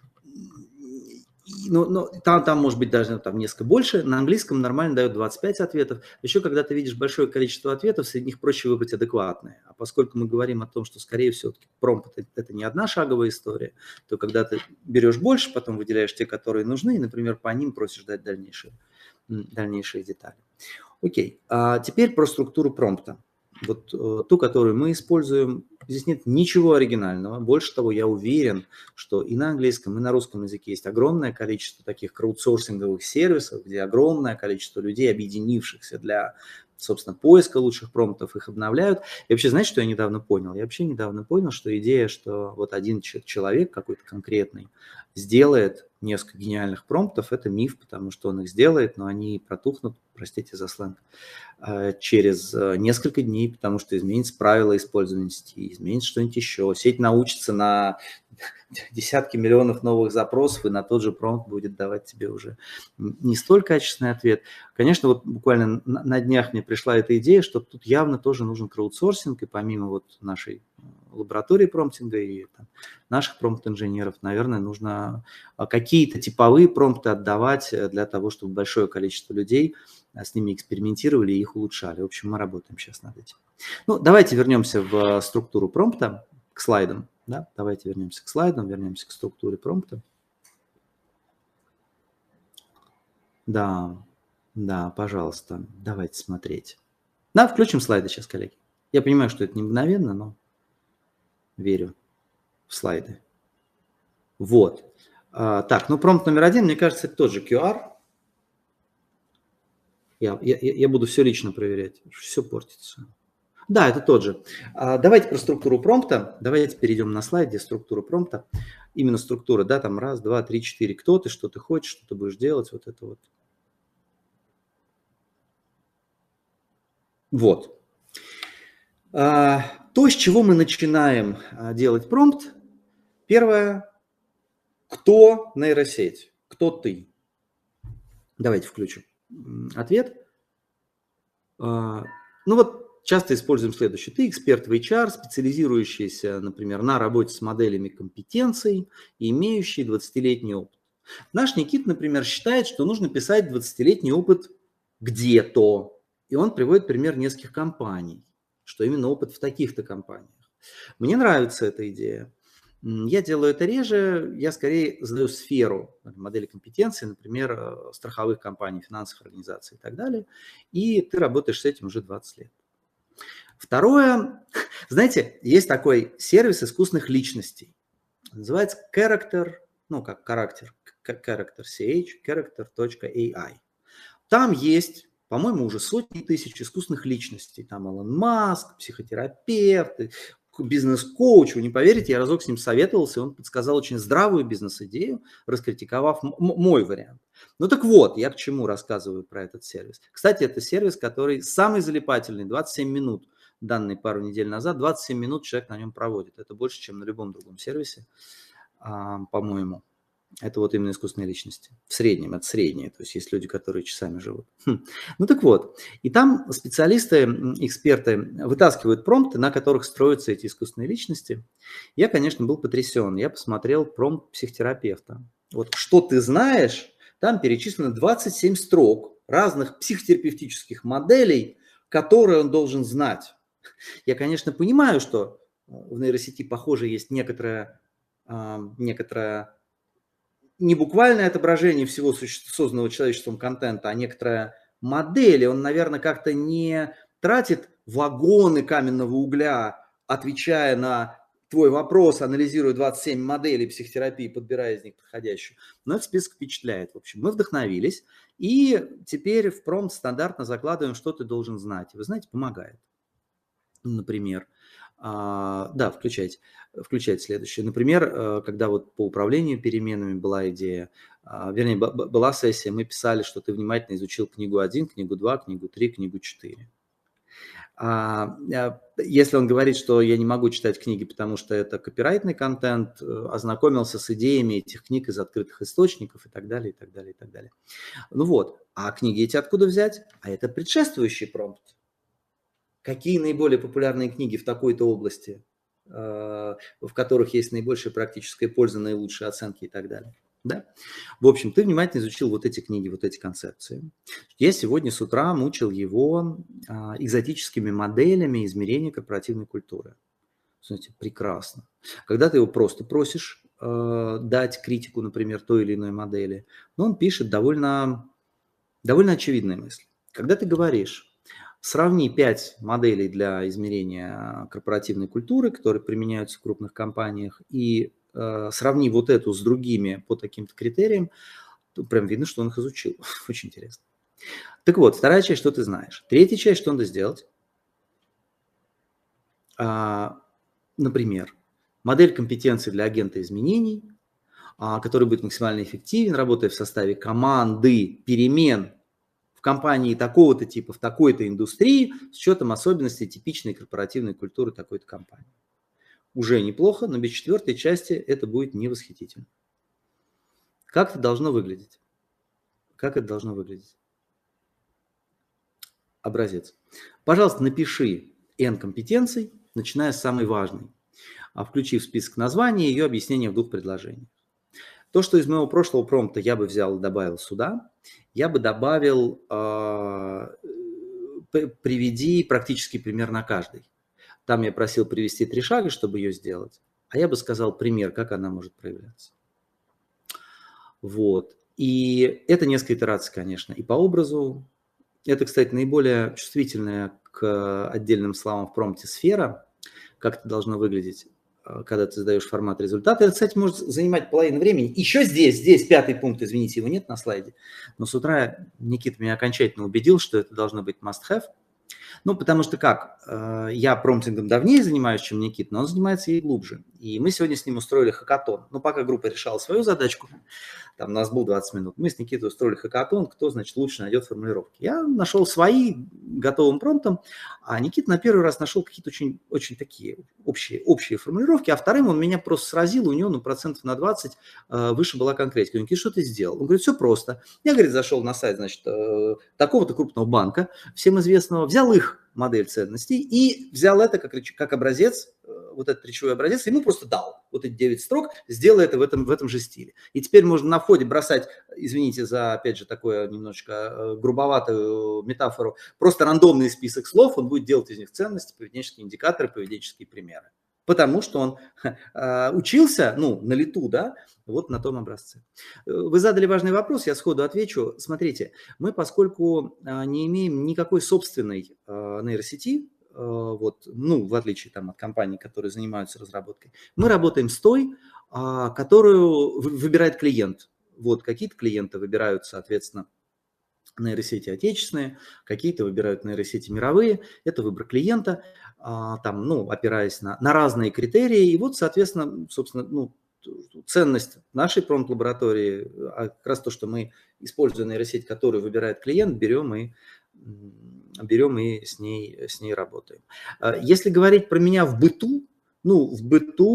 Но там может быть даже там несколько больше. На английском нормально дает 25 ответов. Еще когда ты видишь большое количество ответов, среди них проще выбрать адекватные. А поскольку мы говорим о том, что, скорее всего, промпт – это не одна шаговая история, то когда ты берешь больше, потом выделяешь те, которые нужны, и, например, по ним просишь дать дальнейшие детали. Окей. А теперь про структуру промпта. Вот ту, которую мы используем, здесь нет ничего оригинального. Больше того, я уверен, что и на английском, и на русском языке есть огромное количество таких краудсорсинговых сервисов, где огромное количество людей, объединившихся для, собственно, поиска лучших промптов, их обновляют. И вообще, знаете, что я недавно понял? Я вообще недавно понял, что идея, что вот один человек какой-то конкретный сделает несколько гениальных промптов, это миф, потому что он их сделает, но они протухнут, простите за сленг, через несколько дней, потому что изменится правила использования сети, изменится что-нибудь еще. Сеть научится на десятки миллионов новых запросов, и на тот же промпт будет давать тебе уже не столь качественный ответ. Конечно, вот буквально на днях мне пришла эта идея, что тут явно тоже нужен краудсорсинг, и помимо вот нашей лаборатории промптинга и там наших промпт-инженеров, наверное, нужно какие-то типовые промпты отдавать для того, чтобы большое количество людей с ними экспериментировали и их улучшали. В общем, мы работаем сейчас над этим. Ну, давайте вернемся в структуру промпта, к слайдам. Да? Давайте вернемся к слайдам, вернемся к структуре промпта. Да, пожалуйста, давайте смотреть. Да, включим слайды сейчас, коллеги. Я понимаю, что это не мгновенно, но верю в слайды. Вот. Так, ну промпт номер 1, мне кажется, это тот же QR. Я буду все лично проверять, все портится. Да, это тот же. Давайте про структуру промпта. Давайте перейдем на слайд, где структура промпта. Именно структура, да, там 1, 2, 3, 4. Кто ты, что ты хочешь, что ты будешь делать, вот это вот. Вот. То, с чего мы начинаем делать промпт. Первое. Кто нейросеть? Кто ты? Давайте включим ответ. Ну вот часто используем следующее. Ты эксперт в HR, специализирующийся, например, на работе с моделями компетенций и имеющий 20-летний опыт. Наш Никит, например, считает, что нужно писать 20-летний опыт где-то. И он приводит пример нескольких компаний, что именно опыт в таких-то компаниях. Мне нравится эта идея. Я делаю это реже, я скорее задаю сферу модели компетенции, например, страховых компаний, финансовых организаций и так далее, и ты работаешь с этим уже 20 лет. Второе, знаете, есть такой сервис искусственных личностей, называется Character, ну как характер, character, character.ai. Там есть, по-моему, уже сотни тысяч искусственных личностей. Там Илон Маск, психотерапевт, бизнес-коуч. Вы не поверите, я разок с ним советовался, и он подсказал очень здравую бизнес-идею, раскритиковав мой вариант. Ну так вот, я к чему рассказываю про этот сервис. Кстати, это сервис, который самый залипательный, 27 минут, данные пару недель назад, 27 минут человек на нем проводит. Это больше, чем на любом другом сервисе, по-моему. Это вот именно искусственные личности. В среднем, это среднее. То есть есть люди, которые часами живут. Ну так вот. И там специалисты, эксперты вытаскивают промпты, на которых строятся эти искусственные личности. Я, конечно, был потрясен. Я посмотрел промпт психотерапевта. Вот что ты знаешь, там перечислено 27 строк разных психотерапевтических моделей, которые он должен знать. Я, конечно, понимаю, что в нейросети, похоже, есть некоторое не буквальное отображение всего созданного человечеством контента, а некоторая модель. И он, наверное, как-то не тратит вагоны каменного угля, отвечая на твой вопрос, анализируя 27 моделей психотерапии, подбирая из них подходящую. Но этот список впечатляет. В общем, мы вдохновились. И теперь в промпт стандартно закладываем, что ты должен знать. Вы знаете, помогает. Например, да, включайте следующее. Например, когда вот по управлению переменами была идея, вернее, была сессия, мы писали, что ты внимательно изучил книгу 1, книгу 2, книгу 3, книгу 4. Если он говорит, что я не могу читать книги, потому что это копирайтный контент, ознакомился с идеями этих книг из открытых источников и так далее, и так далее, и так далее. Ну вот, а книги эти откуда взять? А это предшествующий промпт. Какие наиболее популярные книги в такой-то области, в которых есть наибольшая практическая польза, наилучшие оценки и так далее. Да? В общем, ты внимательно изучил вот эти книги, вот эти концепции. Я сегодня с утра мучил его экзотическими моделями измерения корпоративной культуры. Знаете, прекрасно. Когда ты его просто просишь дать критику, например, той или иной модели, но он пишет довольно очевидные мысли. Когда ты говоришь: сравни 5 моделей для измерения корпоративной культуры, которые применяются в крупных компаниях, и сравни вот эту с другими по таким-то критериям, то прям видно, что он их изучил. Очень интересно. Так вот, вторая часть, что ты знаешь. Третья часть, что надо сделать? Например, модель компетенции для агента изменений, который будет максимально эффективен, работая в составе команды перемен в компании такого-то типа, в такой-то индустрии, с учетом особенностей типичной корпоративной культуры такой-то компании. Уже неплохо, но без четвертой части это будет невосхитительно. Как это должно выглядеть? Как это должно выглядеть? Образец. Пожалуйста, напиши N компетенций, начиная с самой важной, включив в список названий и ее объяснение в 2 предложениях. То, что из моего прошлого промпта я бы взял и добавил сюда, я бы добавил приведи практический пример на каждый. Там я просил привести 3 шага, чтобы ее сделать, а я бы сказал пример, как она может проявляться. Вот. И это несколько итераций, конечно, и по образу. Это, кстати, наиболее чувствительная к отдельным словам в промпте сфера, как это должно выглядеть, когда ты задаешь формат результата. Это, кстати, может занимать половину времени. Еще здесь 5-й пункт, извините, его нет на слайде, но с утра Никита меня окончательно убедил, что это должно быть must-have. Ну, потому что как? Я промптингом давнее занимаюсь, чем Никита, но он занимается и глубже. И мы сегодня с ним устроили хакатон. Ну, пока группа решала свою задачку, там у нас был 20 минут, мы с Никитой устроили хакатон, кто, значит, лучше найдет формулировки. Я нашел свои готовым промптом, а Никита на первый раз нашел какие-то очень такие общие формулировки, а вторым он меня просто сразил, у него на 20% выше была конкретика. Он говорит: что ты сделал? Он говорит: все просто. Я, говорит, зашел на сайт, значит, такого-то крупного банка, всем известного, взял их модель ценностей и взял это как образец, вот этот речевой образец, ему просто дал вот эти 9 строк, сделай это в этом же стиле. И теперь можно на входе бросать, извините за, опять же, такое немножечко грубоватую метафору, просто рандомный список слов, он будет делать из них ценности, поведенческие индикаторы, поведенческие примеры. Потому что он учился, на лету, да, вот на том образце. Вы задали важный вопрос, я сходу отвечу. Смотрите, мы, поскольку не имеем никакой собственной нейросети, в отличие от компаний, которые занимаются разработкой, мы работаем с той, которую выбирает клиент. Вот какие-то клиенты выбирают, соответственно, нейросети отечественные, какие-то выбирают нейросети мировые. Это выбор клиента, там, ну, опираясь на разные критерии. И вот, соответственно, собственно, ну, ценность нашей промпт-лаборатории, как раз то, что мы, используя нейросеть, которую выбирает клиент, берем и с ней работаем. Если говорить про меня в быту, ну, в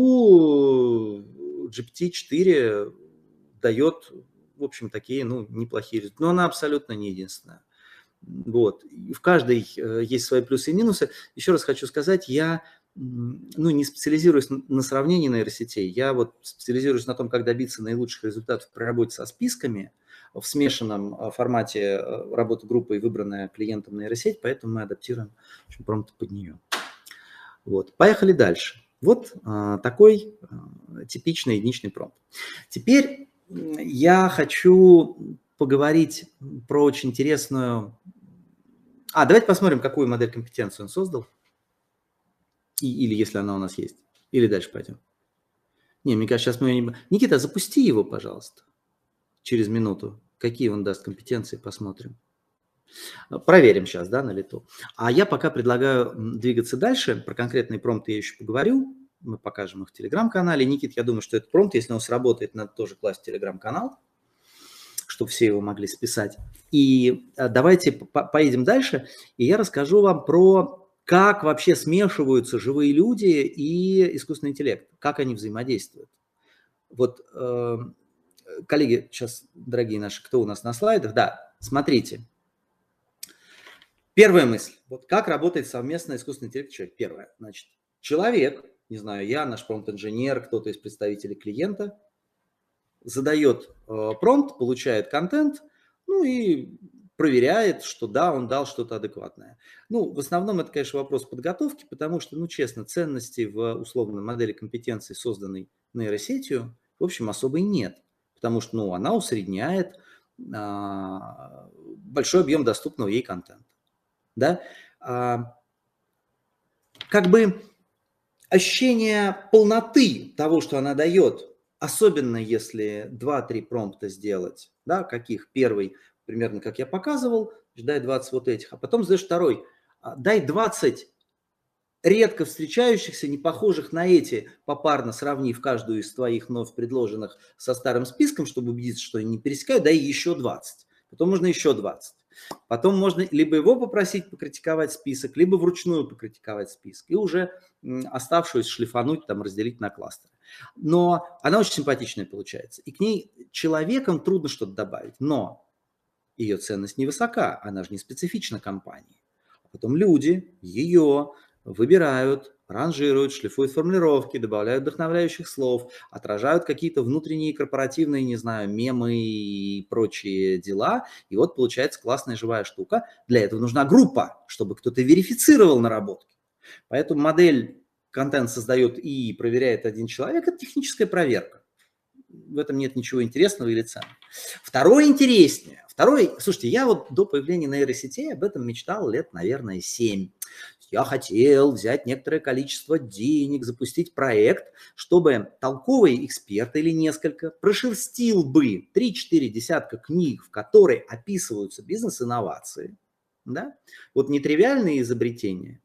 быту GPT-4 дает, в общем, такие, ну, неплохие результаты. Но она абсолютно не единственная. Вот. И в каждой есть свои плюсы и минусы. Еще раз хочу сказать, я ну, не специализируюсь на сравнении нейросетей. Я вот специализируюсь на том, как добиться наилучших результатов при работе со списками в смешанном формате работы группы и выбранная клиентом нейросеть, поэтому мы адаптируем промпт под нее. Вот. Поехали дальше. Вот такой типичный единичный промпт. Теперь я хочу поговорить про очень интересную... давайте посмотрим, какую модель компетенции он создал. Или если она у нас есть. Или дальше пойдем. Не, мне кажется, сейчас мы ее не... Никита, запусти его, пожалуйста, через минуту. Какие он даст компетенции, посмотрим. Проверим сейчас, да, на лету. А я пока предлагаю двигаться дальше. Про конкретные промпты я еще поговорю. Мы покажем их в Телеграм-канале. Никит, я думаю, что этот промпт, если он сработает, надо тоже класть в Телеграм-канал, чтобы все его могли списать. И давайте поедем дальше, и я расскажу вам про как вообще смешиваются живые люди и искусственный интеллект, как они взаимодействуют. Вот, коллеги, сейчас, дорогие наши, кто у нас на слайдах, да, смотрите. Первая мысль, вот как работает совместно искусственный интеллект и человек. Первое, значит, человек, не знаю, я, наш промпт-инженер, кто-то из представителей клиента, задает промпт, получает контент, ну и проверяет, что да, он дал что-то адекватное. Ну, в основном это, конечно, вопрос подготовки, потому что, ну, честно, ценности в условной модели компетенций, созданной нейросетью, в общем, особой нет, потому что, ну, она усредняет большой объем доступного ей контента, да. Как бы ощущение полноты того, что она дает, особенно если 2-3 промпта сделать, да, каких? Первый, примерно как я показывал, дай 20 вот этих, а потом задаешь второй, дай 20 редко встречающихся, не похожих на эти, попарно сравнив каждую из твоих вновь предложенных со старым списком, чтобы убедиться, что они не пересекают, дай еще 20, потом можно еще 20. Потом можно либо его попросить покритиковать список, либо вручную покритиковать список. И уже оставшуюся шлифануть, там, разделить на кластеры. Но она очень симпатичная получается. И к ней человеком трудно что-то добавить. Но ее ценность невысока. Она же не специфична компании. А потом люди ее выбирают, ранжируют, шлифуют формулировки, добавляют вдохновляющих слов, отражают какие-то внутренние корпоративные, не знаю, мемы и прочие дела. И вот получается классная живая штука. Для этого нужна группа, чтобы кто-то верифицировал наработки. Поэтому модель контент создает и проверяет один человек, это техническая проверка. В этом нет ничего интересного или ценного. Второе интереснее. Слушайте, я вот до появления нейросетей об этом мечтал лет, наверное, 7. Я хотел взять некоторое количество денег, запустить проект, чтобы толковый эксперт или несколько прошерстил бы 3-4 десятка книг, в которой описываются бизнес-инновации. Да? Вот не тривиальные изобретения,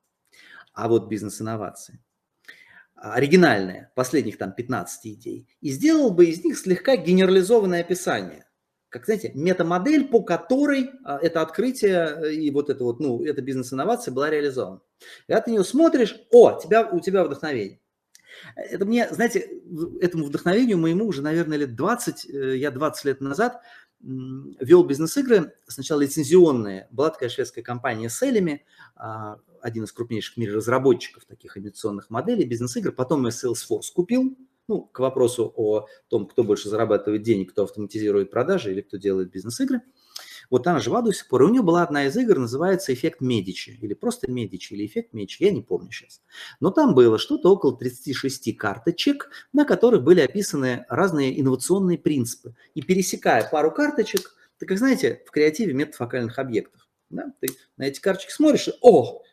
а вот бизнес-инновации. Оригинальные, последних там 15 идей. И сделал бы из них слегка генерализованное описание. Как, знаете, метамодель, по которой это открытие и вот это вот, ну, эта бизнес-инновация была реализована. Когда ты на нее смотришь, у тебя вдохновение. Это мне, знаете, этому вдохновению моему уже, наверное, лет 20, я 20 лет назад вел бизнес-игры, сначала лицензионные. Была такая шведская компания Selemi, один из крупнейших в мире разработчиков таких анимационных моделей, бизнес-игр. Потом я Salesforce купил. Ну, к вопросу о том, кто больше зарабатывает денег, кто автоматизирует продажи или кто делает бизнес-игры. Вот она жива до сих пор. И у нее была одна из игр, называется «Эффект Медичи». Или просто Медичи, или «Эффект Медичи», я не помню сейчас. Но там было что-то около 36 карточек, на которых были описаны разные инновационные принципы. И пересекая пару карточек, ты, как знаете, в креативе метод фокальных объектов. Да? Ты на эти карточки смотришь, и,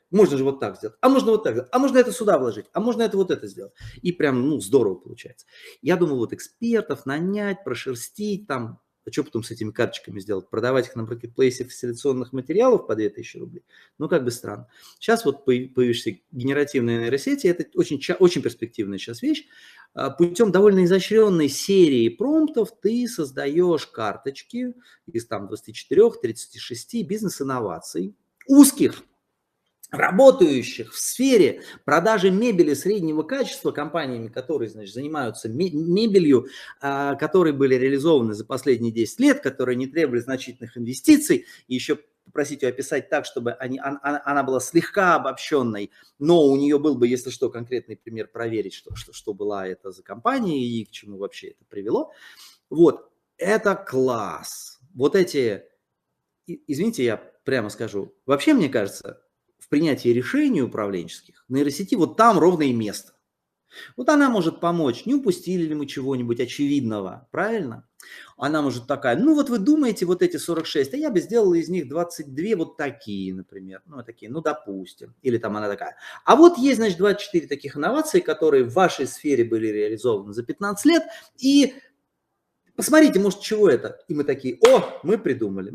можно же вот так сделать, а можно вот так сделать, а можно это сюда вложить, а можно это вот это сделать. И прям, ну, здорово получается. Я думаю, вот экспертов нанять, прошерстить там, а что потом с этими карточками сделать? Продавать их на маркетплейсе фасилитационных материалов по 2000 рублей? Ну, как бы странно. Сейчас вот появишься генеративные нейросети, это очень перспективная сейчас вещь. Путем довольно изощренной серии промптов ты создаешь карточки из там 24-36 бизнес-инноваций, узких, работающих в сфере продажи мебели среднего качества компаниями, которые, значит, занимаются мебелью, которые были реализованы за последние 10 лет, которые не требовали значительных инвестиций, и еще попросить ее описать так, чтобы она была слегка обобщенной, но у нее был бы, если что, конкретный пример проверить, что была это за компания и к чему вообще это привело. Вот, это класс. Вот эти, извините, я прямо скажу, вообще, мне кажется, в принятии решений управленческих нейросети вот там ровное место. Вот она может помочь, не упустили ли мы чего-нибудь очевидного, правильно? Она может такая, ну вот вы думаете, вот эти 46, а я бы сделала из них 22 вот такие, например, ну такие, ну допустим. Или там она такая, а вот есть, значит, 24 таких инновации, которые в вашей сфере были реализованы за 15 лет, и посмотрите, может, чего это? И мы такие, о, мы придумали.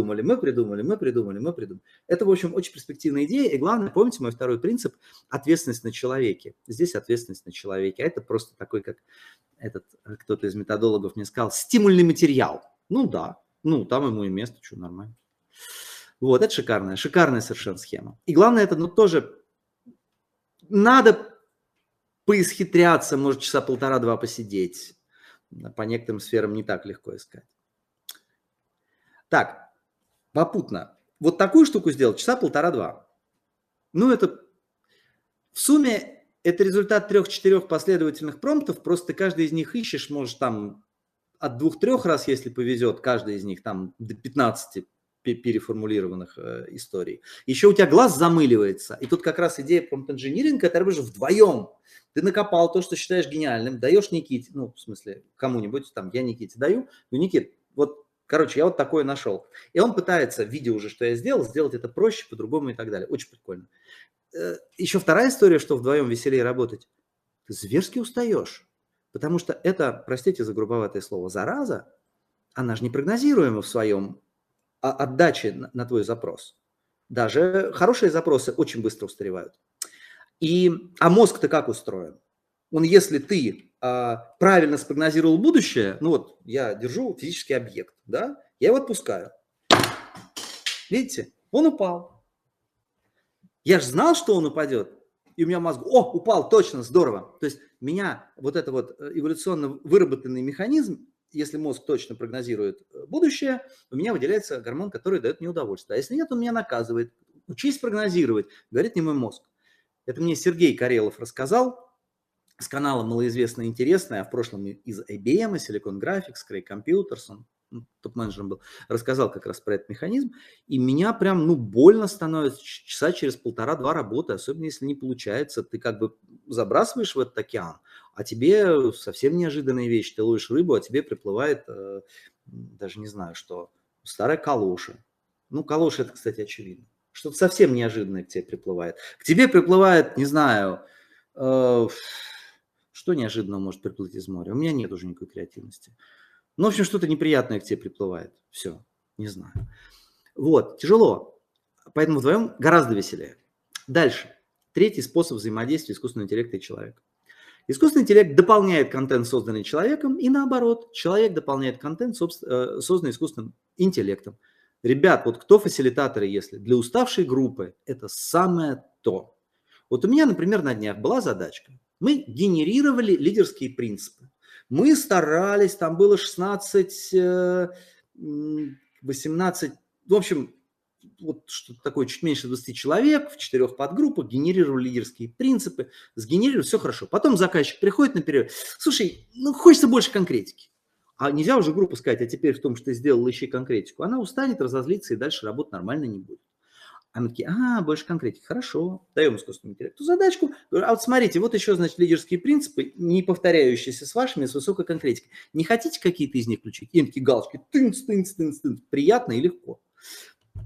Это, в общем, очень перспективная идея. И главное, помните мой второй принцип – ответственность на человеке. Здесь ответственность на человеке. А это просто такой, как кто-то из методологов мне сказал, стимульный материал. Ну да, ну там ему и место, что нормально. Вот, это шикарная совершенно схема. И главное, это тоже надо поисхитряться, может, часа полтора-два посидеть. По некоторым сферам не так легко искать. Так, попутно. Вот такую штуку сделать часа полтора-два. Ну, это в сумме это результат 3-4 последовательных промптов. Просто каждый из них ищешь, может, там от 2-3 раз, если повезет, каждый из них там до 15 переформулированных историй. Еще у тебя глаз замыливается. И тут как раз идея промпт-инжиниринга, это же вдвоем. Ты накопал то, что считаешь гениальным, даешь Никите, ну, в смысле, кому-нибудь, там, я Никите даю, ну, Никит, вот, короче, я вот такое нашел. И он пытается, видя уже, что я сделал, сделать это проще, по-другому и так далее. Очень прикольно. Еще вторая история, что вдвоем веселее работать. Ты зверски устаешь, потому что это, простите за грубоватое слово, зараза, она же непрогнозируема в своем отдаче на твой запрос. Даже хорошие запросы очень быстро устаревают. А мозг-то как устроен? Он, если ты правильно спрогнозировал будущее, ну вот я держу физический объект, да, я его отпускаю. Видите, он упал. Я же знал, что он упадет. И у меня мозг, упал, точно, здорово. То есть меня вот это вот эволюционно выработанный механизм, если мозг точно прогнозирует будущее, у меня выделяется гормон, который дает мне удовольствие. А если нет, он меня наказывает. Учись прогнозировать, говорит мне мой мозг. Это мне Сергей Карелов рассказал с канала «Малоизвестное и интересное», а в прошлом из IBM, Silicon Graphics, Cray Computers, он топ-менеджером был, рассказал как раз про этот механизм. И меня прям, больно становится часа через полтора-два работы, особенно если не получается. Ты как бы забрасываешь в этот океан, а тебе совсем неожиданная вещь. Ты ловишь рыбу, а тебе приплывает, даже не знаю что, старая калоша. Ну, калоша – это, кстати, очевидно. Что-то совсем неожиданное к тебе приплывает. К тебе приплывает, не знаю, что неожиданного может приплыть из моря. У меня нет уже никакой креативности. Ну, в общем, что-то неприятное к тебе приплывает. Все, не знаю. Вот, тяжело. Поэтому вдвоем гораздо веселее. Дальше. Третий способ взаимодействия искусственного интеллекта и человека. Искусственный интеллект дополняет контент, созданный человеком, и наоборот, человек дополняет контент, созданный искусственным интеллектом. Ребят, вот кто фасилитаторы, если для уставшей группы это самое то. Вот у меня, например, на днях была задачка. Мы генерировали лидерские принципы. Мы старались, там было 16, 18, в общем, вот что-то такое, чуть меньше 20 человек в 4 подгруппах, генерировали лидерские принципы, сгенерировали, все хорошо. Потом заказчик приходит на перерыв, слушай, хочется больше конкретики. А нельзя уже группу сказать, а теперь в том, что ты сделал, ищи конкретику. Она устанет, разозлится и дальше работать нормально не будет. А мы такие, больше конкретики. Хорошо, даем искусственному интеллекту задачку. А вот смотрите, вот еще, значит, лидерские принципы, не повторяющиеся с вашими, с высокой конкретикой. Не хотите какие-то из них включить? И такие галочки, тынц. Приятно и легко.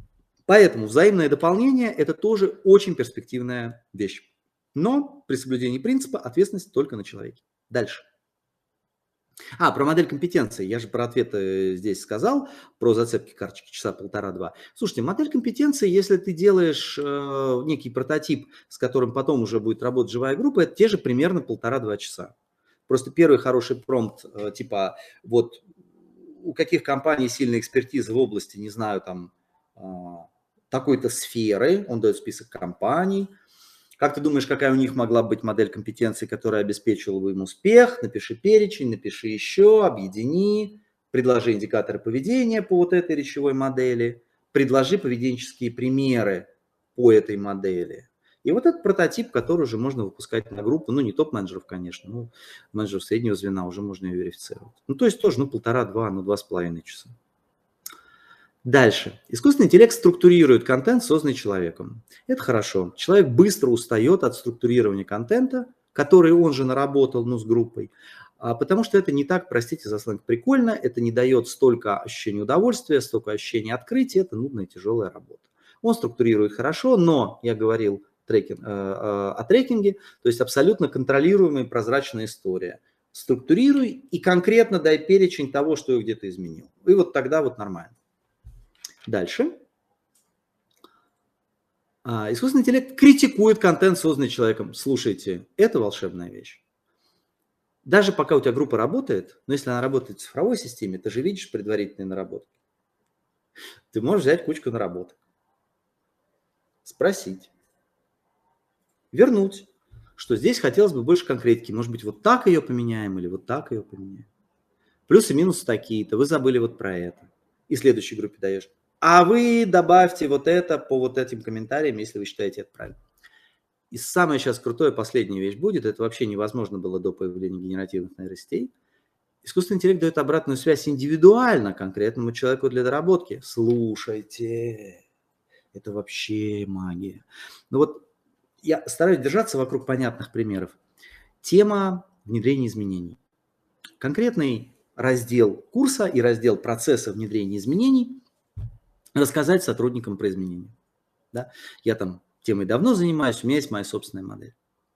Поэтому взаимное дополнение – это тоже очень перспективная вещь. Но при соблюдении принципа ответственность только на человеке. Дальше. Про модель компетенции. Я же про ответы здесь сказал, про зацепки карточки часа полтора-два. Слушайте, модель компетенции, если ты делаешь некий прототип, с которым потом уже будет работать живая группа, это те же примерно 1,5-2 часа. Просто первый хороший промпт, типа вот у каких компаний сильная экспертиза в области, не знаю, там такой-то сферы, он дает список компаний. Как ты думаешь, какая у них могла быть модель компетенции, которая обеспечивала бы им успех? Напиши перечень, напиши еще, объедини, предложи индикаторы поведения по вот этой речевой модели, предложи поведенческие примеры по этой модели. И вот этот прототип, который уже можно выпускать на группу, ну не топ-менеджеров, конечно, но менеджеров среднего звена уже можно ее верифицировать. Ну то есть тоже 1,5-2, 2,5 часа. Дальше. Искусственный интеллект структурирует контент, созданный человеком. Это хорошо. Человек быстро устает от структурирования контента, который он же наработал, с группой, потому что это не так, простите за сленг, прикольно, это не дает столько ощущения удовольствия, столько ощущения открытия, это нудная и тяжелая работа. Он структурирует хорошо, но, я говорил о трекинге, то есть абсолютно контролируемая прозрачная история. Структурируй и конкретно дай перечень того, что я где-то изменил. И вот тогда вот нормально. Дальше. Искусственный интеллект критикует контент, созданный человеком. Слушайте, это волшебная вещь. Даже пока у тебя группа работает, но если она работает в цифровой системе, ты же видишь предварительные наработки. Ты можешь взять кучку наработок, спросить, вернуть, что здесь хотелось бы больше конкретики. Может быть, вот так ее поменяем или вот так ее поменяем. Плюсы и минусы такие-то. Вы забыли вот про это. И следующей группе даешь. А вы добавьте вот это по вот этим комментариям, если вы считаете это правильно. И самое сейчас крутое, последняя вещь будет, это вообще невозможно было до появления генеративных нейросетей. Искусственный интеллект дает обратную связь индивидуально конкретному человеку для доработки. Слушайте, это вообще магия. Ну вот я стараюсь держаться вокруг понятных примеров. Тема внедрения изменений. Конкретный раздел курса и раздел процесса внедрения изменений рассказать сотрудникам про изменения. Да? Я там темой давно занимаюсь, у меня есть моя собственная модель.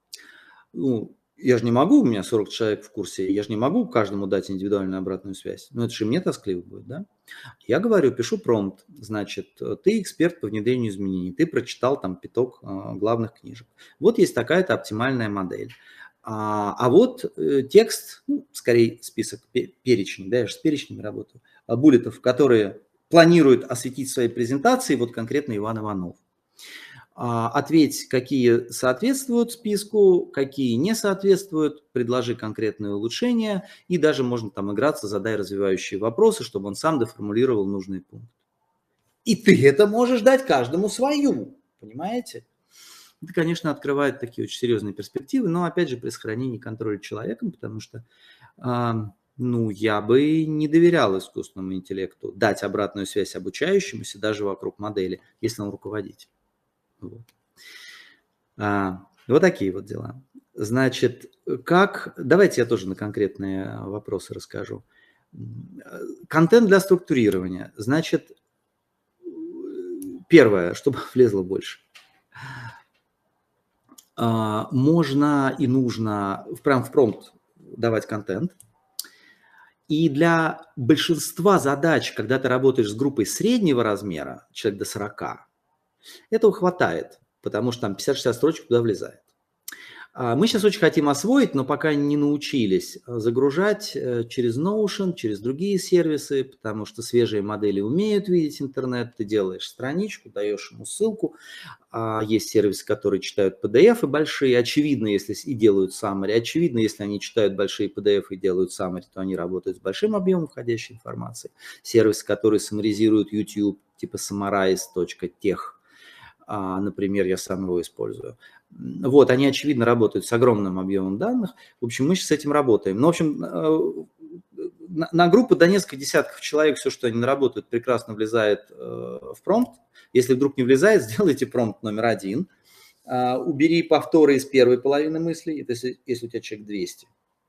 Я же не могу, у меня 40 человек в курсе, я же не могу каждому дать индивидуальную обратную связь. Это же мне тоскливо будет, да? Я говорю, пишу промпт, значит, ты эксперт по внедрению изменений, ты прочитал там 5 главных книжек. Вот есть такая-то оптимальная модель. А вот текст, скорее список, перечень, да, я же с перечнями работаю, буллетов, которые планирует осветить в своей презентации вот конкретно Иван Иванов. Ответь, какие соответствуют списку, какие не соответствуют, предложи конкретные улучшения, и даже можно там играться, задай развивающие вопросы, чтобы он сам доформулировал нужный пункт. И ты это можешь дать каждому свою, понимаете? Это, конечно, открывает такие очень серьезные перспективы, но, опять же, при сохранении контроля человеком, потому что я бы не доверял искусственному интеллекту дать обратную связь обучающемуся даже вокруг модели, если он руководитель. Вот такие вот дела. Значит, давайте я тоже на конкретные вопросы расскажу. Контент для структурирования. Значит, первое, чтобы влезло больше. Можно и нужно прям в промпт давать контент. И для большинства задач, когда ты работаешь с группой среднего размера, человек до 40, этого хватает, потому что там 50-60 строчек туда влезает. Мы сейчас очень хотим освоить, но пока не научились загружать через Notion, через другие сервисы, потому что свежие модели умеют видеть интернет. Ты делаешь страничку, даешь ему ссылку. Есть сервисы, которые читают PDF и большие. Очевидно, если и делают summary. Очевидно, если они читают большие PDF и делают summary, то они работают с большим объемом входящей информации. Сервисы, которые саммаризируют YouTube, типа summarize.tech. Например, я сам его использую. Вот, они, очевидно, работают с огромным объемом данных. В общем, мы сейчас с этим работаем. Но, в общем, на группу до нескольких десятков человек все, что они наработают, прекрасно влезает в промпт. Если вдруг не влезает, сделайте промпт номер 1. Убери повторы из первой половины мыслей, это если у тебя человек 200.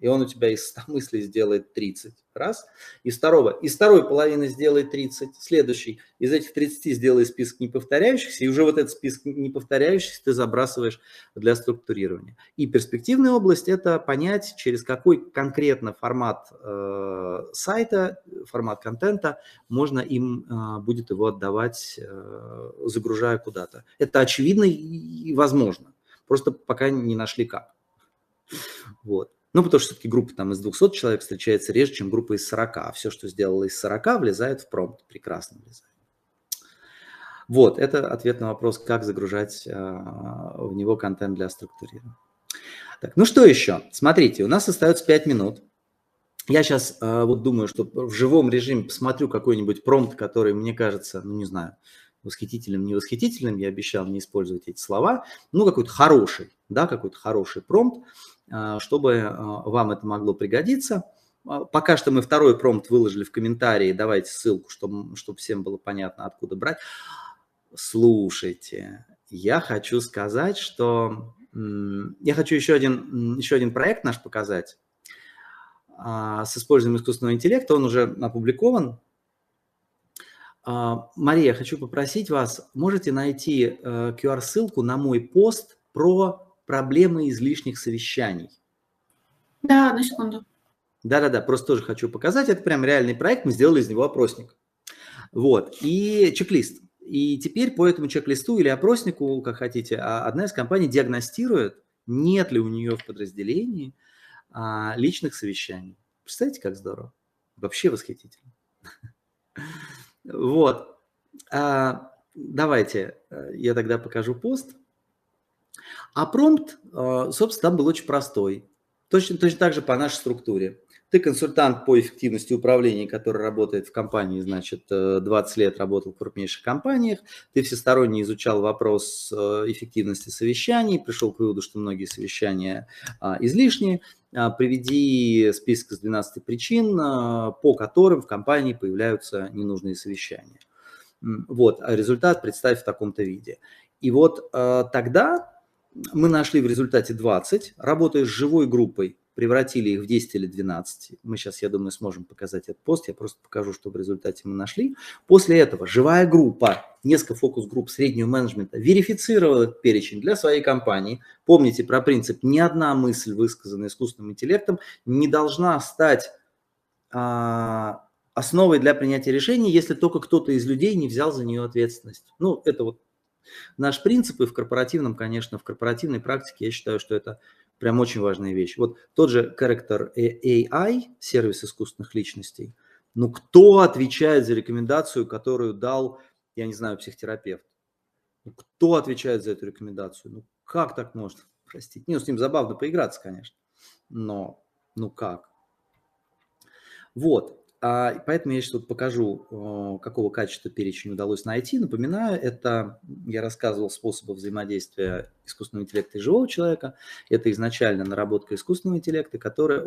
И он у тебя из 100 мыслей сделает 30. Раз. Из второй половины сделает 30. Следующий. Из этих 30 сделай список неповторяющихся. И уже вот этот список неповторяющихся ты забрасываешь для структурирования. И перспективная область – это понять, через какой конкретно формат сайта, формат контента можно им будет его отдавать, загружая куда-то. Это очевидно и возможно. Просто пока не нашли как. Вот. Ну, потому что все-таки группа там из 200 человек встречается реже, чем группа из 40. А все, что сделала из 40, влезает в промпт. Прекрасно влезает. Вот, это ответ на вопрос, как загружать в него контент для структурирования. Так, ну что еще? Смотрите, у нас остается 5 минут. Я сейчас вот думаю, что в живом режиме посмотрю какой-нибудь промпт, который мне кажется, ну не знаю, восхитительным, не восхитительным. Я обещал не использовать эти слова. Ну, какой-то хороший, да, какой-то хороший промпт, чтобы вам это могло пригодиться. Пока что мы второй промпт выложили в комментарии. Давайте ссылку, чтобы всем было понятно, откуда брать. Слушайте, я хочу сказать, что я хочу еще один проект наш показать с использованием искусственного интеллекта. Он уже опубликован. Мария, хочу попросить вас, можете найти QR-ссылку на мой пост про проблемы излишних совещаний? Да, одну секунду. Да-да-да, просто тоже хочу показать. Это прям реальный проект, мы сделали из него опросник. Вот, и чек-лист. И теперь по этому чек-листу или опроснику, как хотите, одна из компаний диагностирует, нет ли у нее в подразделении личных совещаний. Представляете, как здорово? Вообще восхитительно. Вот. Давайте я тогда покажу пост. А промпт, собственно, там был очень простой. Точно так же по нашей структуре. Ты консультант по эффективности управления, который работает в компании, значит, 20 лет работал в крупнейших компаниях. Ты всесторонне изучал вопрос эффективности совещаний, пришел к выводу, что многие совещания излишние. Приведи список из 12 причин, по которым в компании появляются ненужные совещания. Вот, а результат представь в таком-то виде. И вот тогда мы нашли в результате 20, работая с живой группой, превратили их в 10 или 12. Мы сейчас, я думаю, сможем показать этот пост. Я просто покажу, что в результате мы нашли. После этого живая группа, несколько фокус-групп среднего менеджмента верифицировала этот перечень для своей компании. Помните про принцип, ни одна мысль, высказанная искусственным интеллектом, не должна стать основой для принятия решений, если только кто-то из людей не взял за нее ответственность. Ну, это вот наш принцип, и в корпоративном, конечно, в корпоративной практике я считаю, что это прям очень важная вещь. Вот тот же Character AI, сервис искусственных личностей, ну кто отвечает за рекомендацию, которую дал, я не знаю, психотерапевт? Ну, кто отвечает за эту рекомендацию? Ну как так можно? Простите. Ну, с ним забавно поиграться, конечно, но ну как? Вот. Поэтому я сейчас тут покажу, какого качества перечень удалось найти. Напоминаю, это я рассказывал способы взаимодействия искусственного интеллекта и живого человека. Это изначально наработка искусственного интеллекта, которая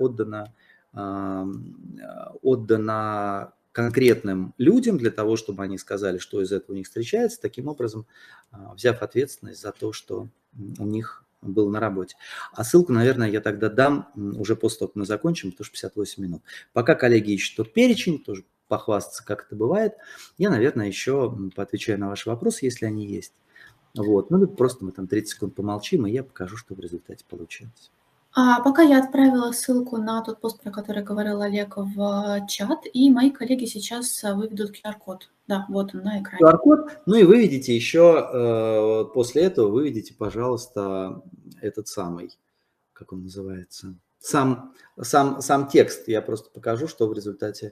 отдана конкретным людям для того, чтобы они сказали, что из этого у них встречается, таким образом взяв ответственность за то, что у них был на работе. А ссылку, наверное, я тогда дам уже после того, как мы закончим, потому что 58 минут. Пока коллеги ищут тот перечень, тоже похвастаться, как это бывает, я, наверное, еще поотвечаю на ваши вопросы, если они есть. Вот. Ну, просто мы там 30 секунд помолчим, и я покажу, что в результате получилось. Пока я отправила ссылку на тот пост, про который говорил Олег, в чат, и мои коллеги сейчас выведут QR-код. Да, вот он на экране. QR-код. Ну и выведите еще, после этого выведите, пожалуйста, этот самый, как он называется, сам текст. Я просто покажу, что в результате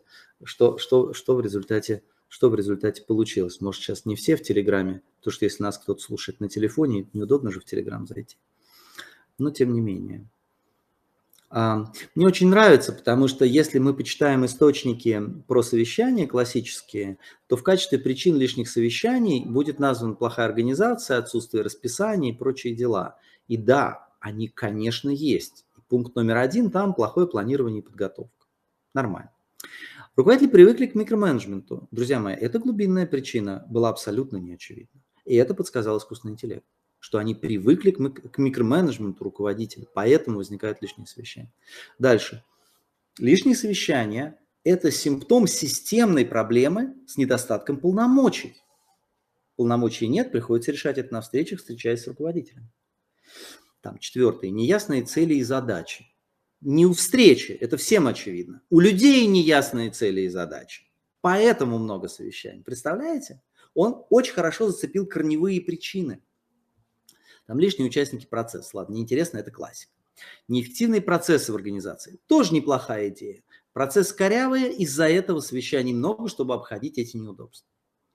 получилось. Может, сейчас не все в Телеграме, потому что если нас кто-то слушает на телефоне, неудобно же в Телеграм зайти. Но тем не менее. Мне очень нравится, потому что если мы почитаем источники про совещания классические, то в качестве причин лишних совещаний будет названа плохая организация, отсутствие расписания и прочие дела. И да, они, конечно, есть. Пункт номер 1 там плохое планирование и подготовка. Нормально. Руководители привыкли к микроменеджменту. Друзья мои, эта глубинная причина была абсолютно неочевидна. И это подсказал искусственный интеллект. что они привыкли к микроменеджменту руководителя, поэтому возникают лишние совещания. Дальше. Лишние совещания – это симптом системной проблемы с недостатком полномочий. Полномочий нет, приходится решать это на встречах, встречаясь с руководителем. Там, 4. Неясные цели и задачи. Не у встречи, это всем очевидно. У людей неясные цели и задачи. Поэтому много совещаний. Представляете? Он очень хорошо зацепил корневые причины. Там лишние участники процесса. Ладно, неинтересно, это классика. Неэффективные процессы в организации. Тоже неплохая идея. Процесс корявый, из-за этого совещаний много, чтобы обходить эти неудобства.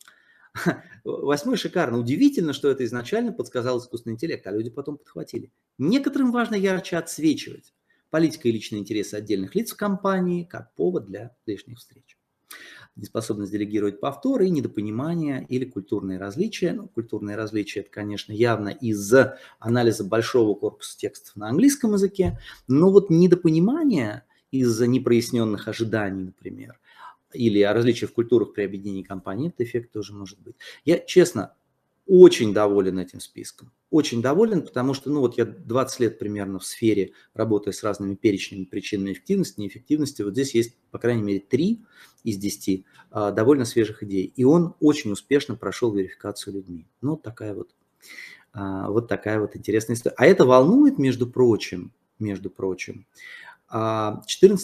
8. шикарно. Удивительно, что это изначально подсказал искусственный интеллект, а люди потом подхватили. Некоторым важно ярче отсвечивать политика и личные интересы отдельных лиц в компании как повод для лишних встреч. Неспособность делегировать повтор и недопонимание или культурные различия. Ну, культурные различия, это, конечно, явно из-за анализа большого корпуса текстов на английском языке, но вот недопонимание из-за непроясненных ожиданий, например, или о различиях в культурах при объединении компаний, этот эффект тоже может быть. Я, честно, очень доволен этим списком. Очень доволен, потому что, ну вот я 20 лет примерно в сфере, работая с разными перечнями причин эффективности, неэффективности. Вот здесь есть, по крайней мере, 3 из 10 довольно свежих идей. И он очень успешно прошел верификацию людьми. Ну, вот такая вот интересная история. А это волнует, между прочим, 14-32%,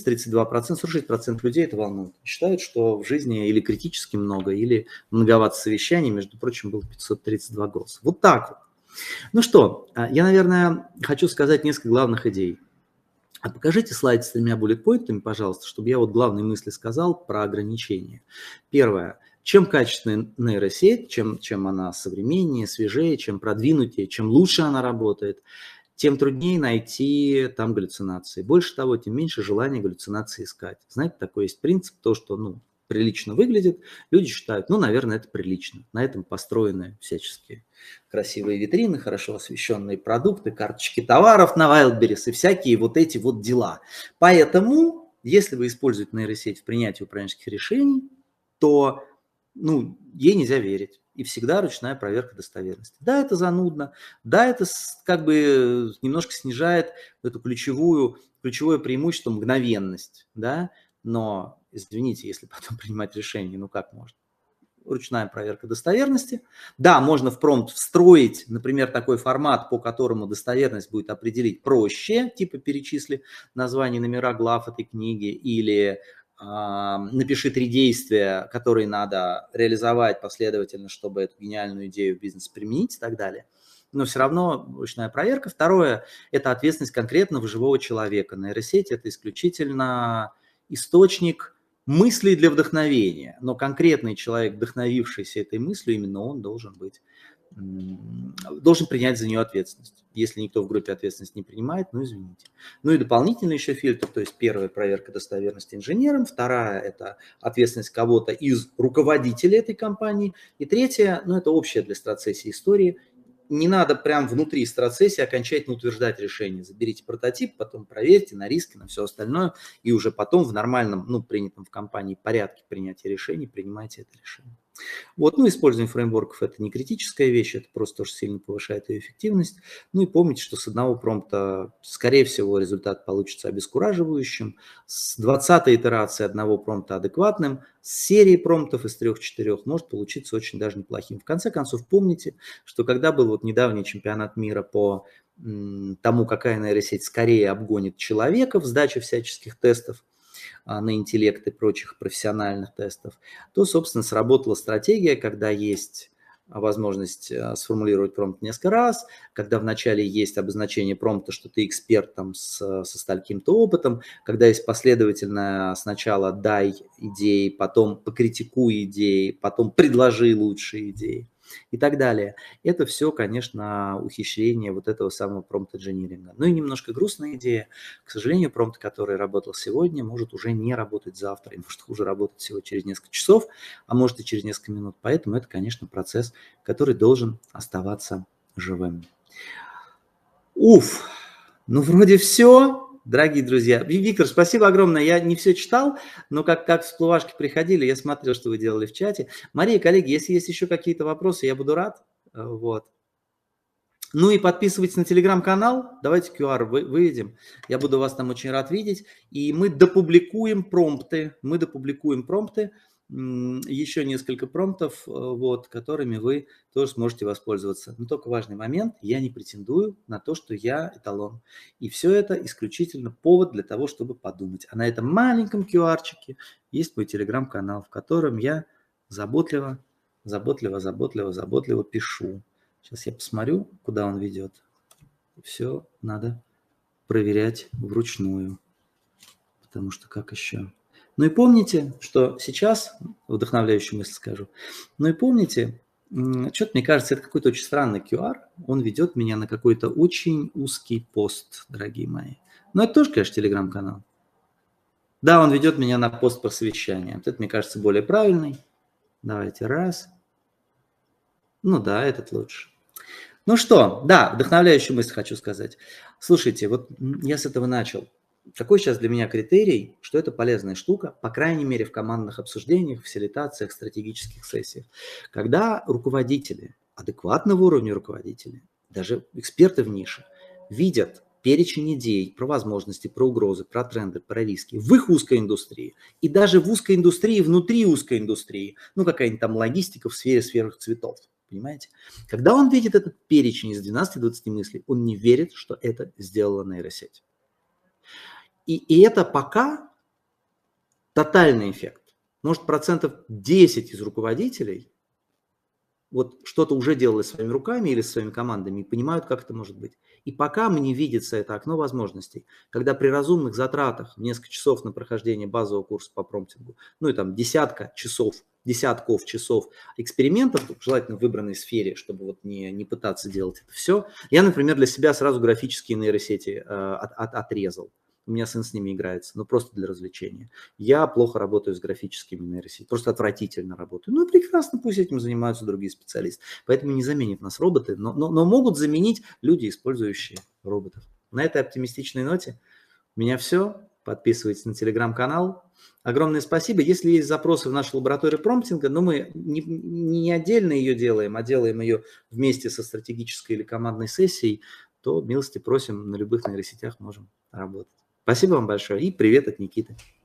46% людей это волнует. Считают, что в жизни или критически много, или многовато совещаний, между прочим, было 532 голоса. Вот так вот. Ну что, я, наверное, хочу сказать несколько главных идей. Покажите слайд с 3 буллет-поинтами, пожалуйста, чтобы я вот главные мысли сказал про ограничения. Первое. Чем качественная нейросеть, чем она современнее, свежее, чем продвинутее, чем лучше она работает, тем труднее найти там галлюцинации. Больше того, тем меньше желания галлюцинации искать. Знаете, такой есть принцип, то, что прилично выглядит, люди считают, наверное, это прилично. На этом построены всяческие красивые витрины, хорошо освещенные продукты, карточки товаров на Wildberries и всякие вот эти вот дела. Поэтому, если вы используете нейросеть в принятии управленческих решений, то ей нельзя верить. И всегда ручная проверка достоверности. Да, это занудно, да, это как бы немножко снижает эту ключевое преимущество мгновенность, да, но, извините, если потом принимать решение, как можно? Ручная проверка достоверности. Да, можно в промпт встроить, например, такой формат, по которому достоверность будет определить проще, типа перечисли названия, номера глав этой книги, или напиши 3 действия, которые надо реализовать последовательно, чтобы эту гениальную идею в бизнесе применить и так далее. Но все равно ручная проверка. Второе – это ответственность конкретного живого человека. Нейросеть – это исключительно источник мыслей для вдохновения. Но конкретный человек, вдохновившийся этой мыслью, именно он должен принять за нее ответственность. Если никто в группе ответственность не принимает, извините. И дополнительный еще фильтр, то есть первая проверка достоверности инженером, вторая – это ответственность кого-то из руководителей этой компании, и третья – это общая для стратсессии истории. Не надо прям внутри стратсессии окончательно утверждать решение. Заберите прототип, потом проверьте на риски, на все остальное, и уже потом в нормальном, принятом в компании порядке принятия решений принимайте это решение. Вот, использование фреймворков – это не критическая вещь, это просто тоже сильно повышает ее эффективность. И помните, что с одного промпта, скорее всего, результат получится обескураживающим, с 20-й итерации одного промпта адекватным, с серии промптов из 3-4 может получиться очень даже неплохим. В конце концов, помните, что когда был недавний чемпионат мира по тому, какая нейросеть скорее обгонит человека в сдаче всяческих тестов на интеллект и прочих профессиональных тестов, то, собственно, сработала стратегия, когда есть возможность сформулировать промпт несколько раз, когда вначале есть обозначение промпта, что ты эксперт со стольким-то опытом, когда есть последовательно сначала дай идеи, потом покритикуй идеи, потом предложи лучшие идеи и так далее. Это все, конечно, ухищрение вот этого самого промпт-инжиниринга. И немножко грустная идея. К сожалению, промпт, который работал сегодня, может уже не работать завтра, и может хуже работать всего через несколько часов, а может и через несколько минут. Поэтому это, конечно, процесс, который должен оставаться живым. Вроде все. Дорогие друзья, Виктор, спасибо огромное. Я не все читал, но как всплывашки приходили, я смотрел, что вы делали в чате. Мария, коллеги, если есть еще какие-то вопросы, я буду рад. Вот. Ну и подписывайтесь на телеграм-канал, давайте QR выведем, я буду вас там очень рад видеть, и мы допубликуем промпты, еще несколько промптов, вот, которыми вы тоже сможете воспользоваться. Но только важный момент, я не претендую на то, что я эталон. И все это исключительно повод для того, чтобы подумать. А на этом маленьком QR-чике есть мой телеграм-канал, в котором я заботливо пишу. Сейчас я посмотрю, куда он ведет. Все надо проверять вручную. Потому что как еще? Ну и помните, что сейчас, вдохновляющую мысль скажу, ну и помните, что-то мне кажется, это какой-то очень странный QR, он ведет меня на какой-то очень узкий пост, дорогие мои. Но это тоже, конечно, телеграм-канал. Да, он ведет меня на пост про совещание. Вот это, мне кажется, более правильный. Давайте раз. Ну да, этот лучше. Ну что, да, вдохновляющую мысль хочу сказать. Слушайте, вот я с этого начал. Какой сейчас для меня критерий, что это полезная штука, по крайней мере в командных обсуждениях, фасилитациях, стратегических сессиях, когда руководители, адекватного уровня руководители, даже эксперты в нише, видят перечень идей про возможности, про угрозы, про тренды, про риски в их узкой индустрии и даже в узкой индустрии, внутри узкой индустрии, ну какая-нибудь там логистика в сфере сферах цветов. Понимаете? Когда он видит этот перечень из 12-20 мыслей, он не верит, что это сделала нейросеть. И это пока тотальный эффект. Может, 10% из руководителей вот что-то уже делали своими руками или своими командами и понимают, как это может быть. И пока мне видится это окно возможностей, когда при разумных затратах в несколько часов на прохождение базового курса по промптингу, ну и там десятков часов экспериментов, желательно в выбранной сфере, чтобы вот не пытаться делать это все. Я, например, для себя сразу графические нейросети отрезал. У меня сын с ними играется, но просто для развлечения. Я плохо работаю с графическими нейросетями, просто отвратительно работаю. Ну и прекрасно, пусть этим занимаются другие специалисты. Поэтому не заменят нас роботы, но могут заменить люди, использующие роботов. На этой оптимистичной ноте у меня все. Подписывайтесь на телеграм-канал. Огромное спасибо. Если есть запросы в нашу лабораторию промптинга, но мы не отдельно ее делаем, а делаем ее вместе со стратегической или командной сессией, то милости просим, на любых нейросетях можем работать. Спасибо вам большое и привет от Никиты.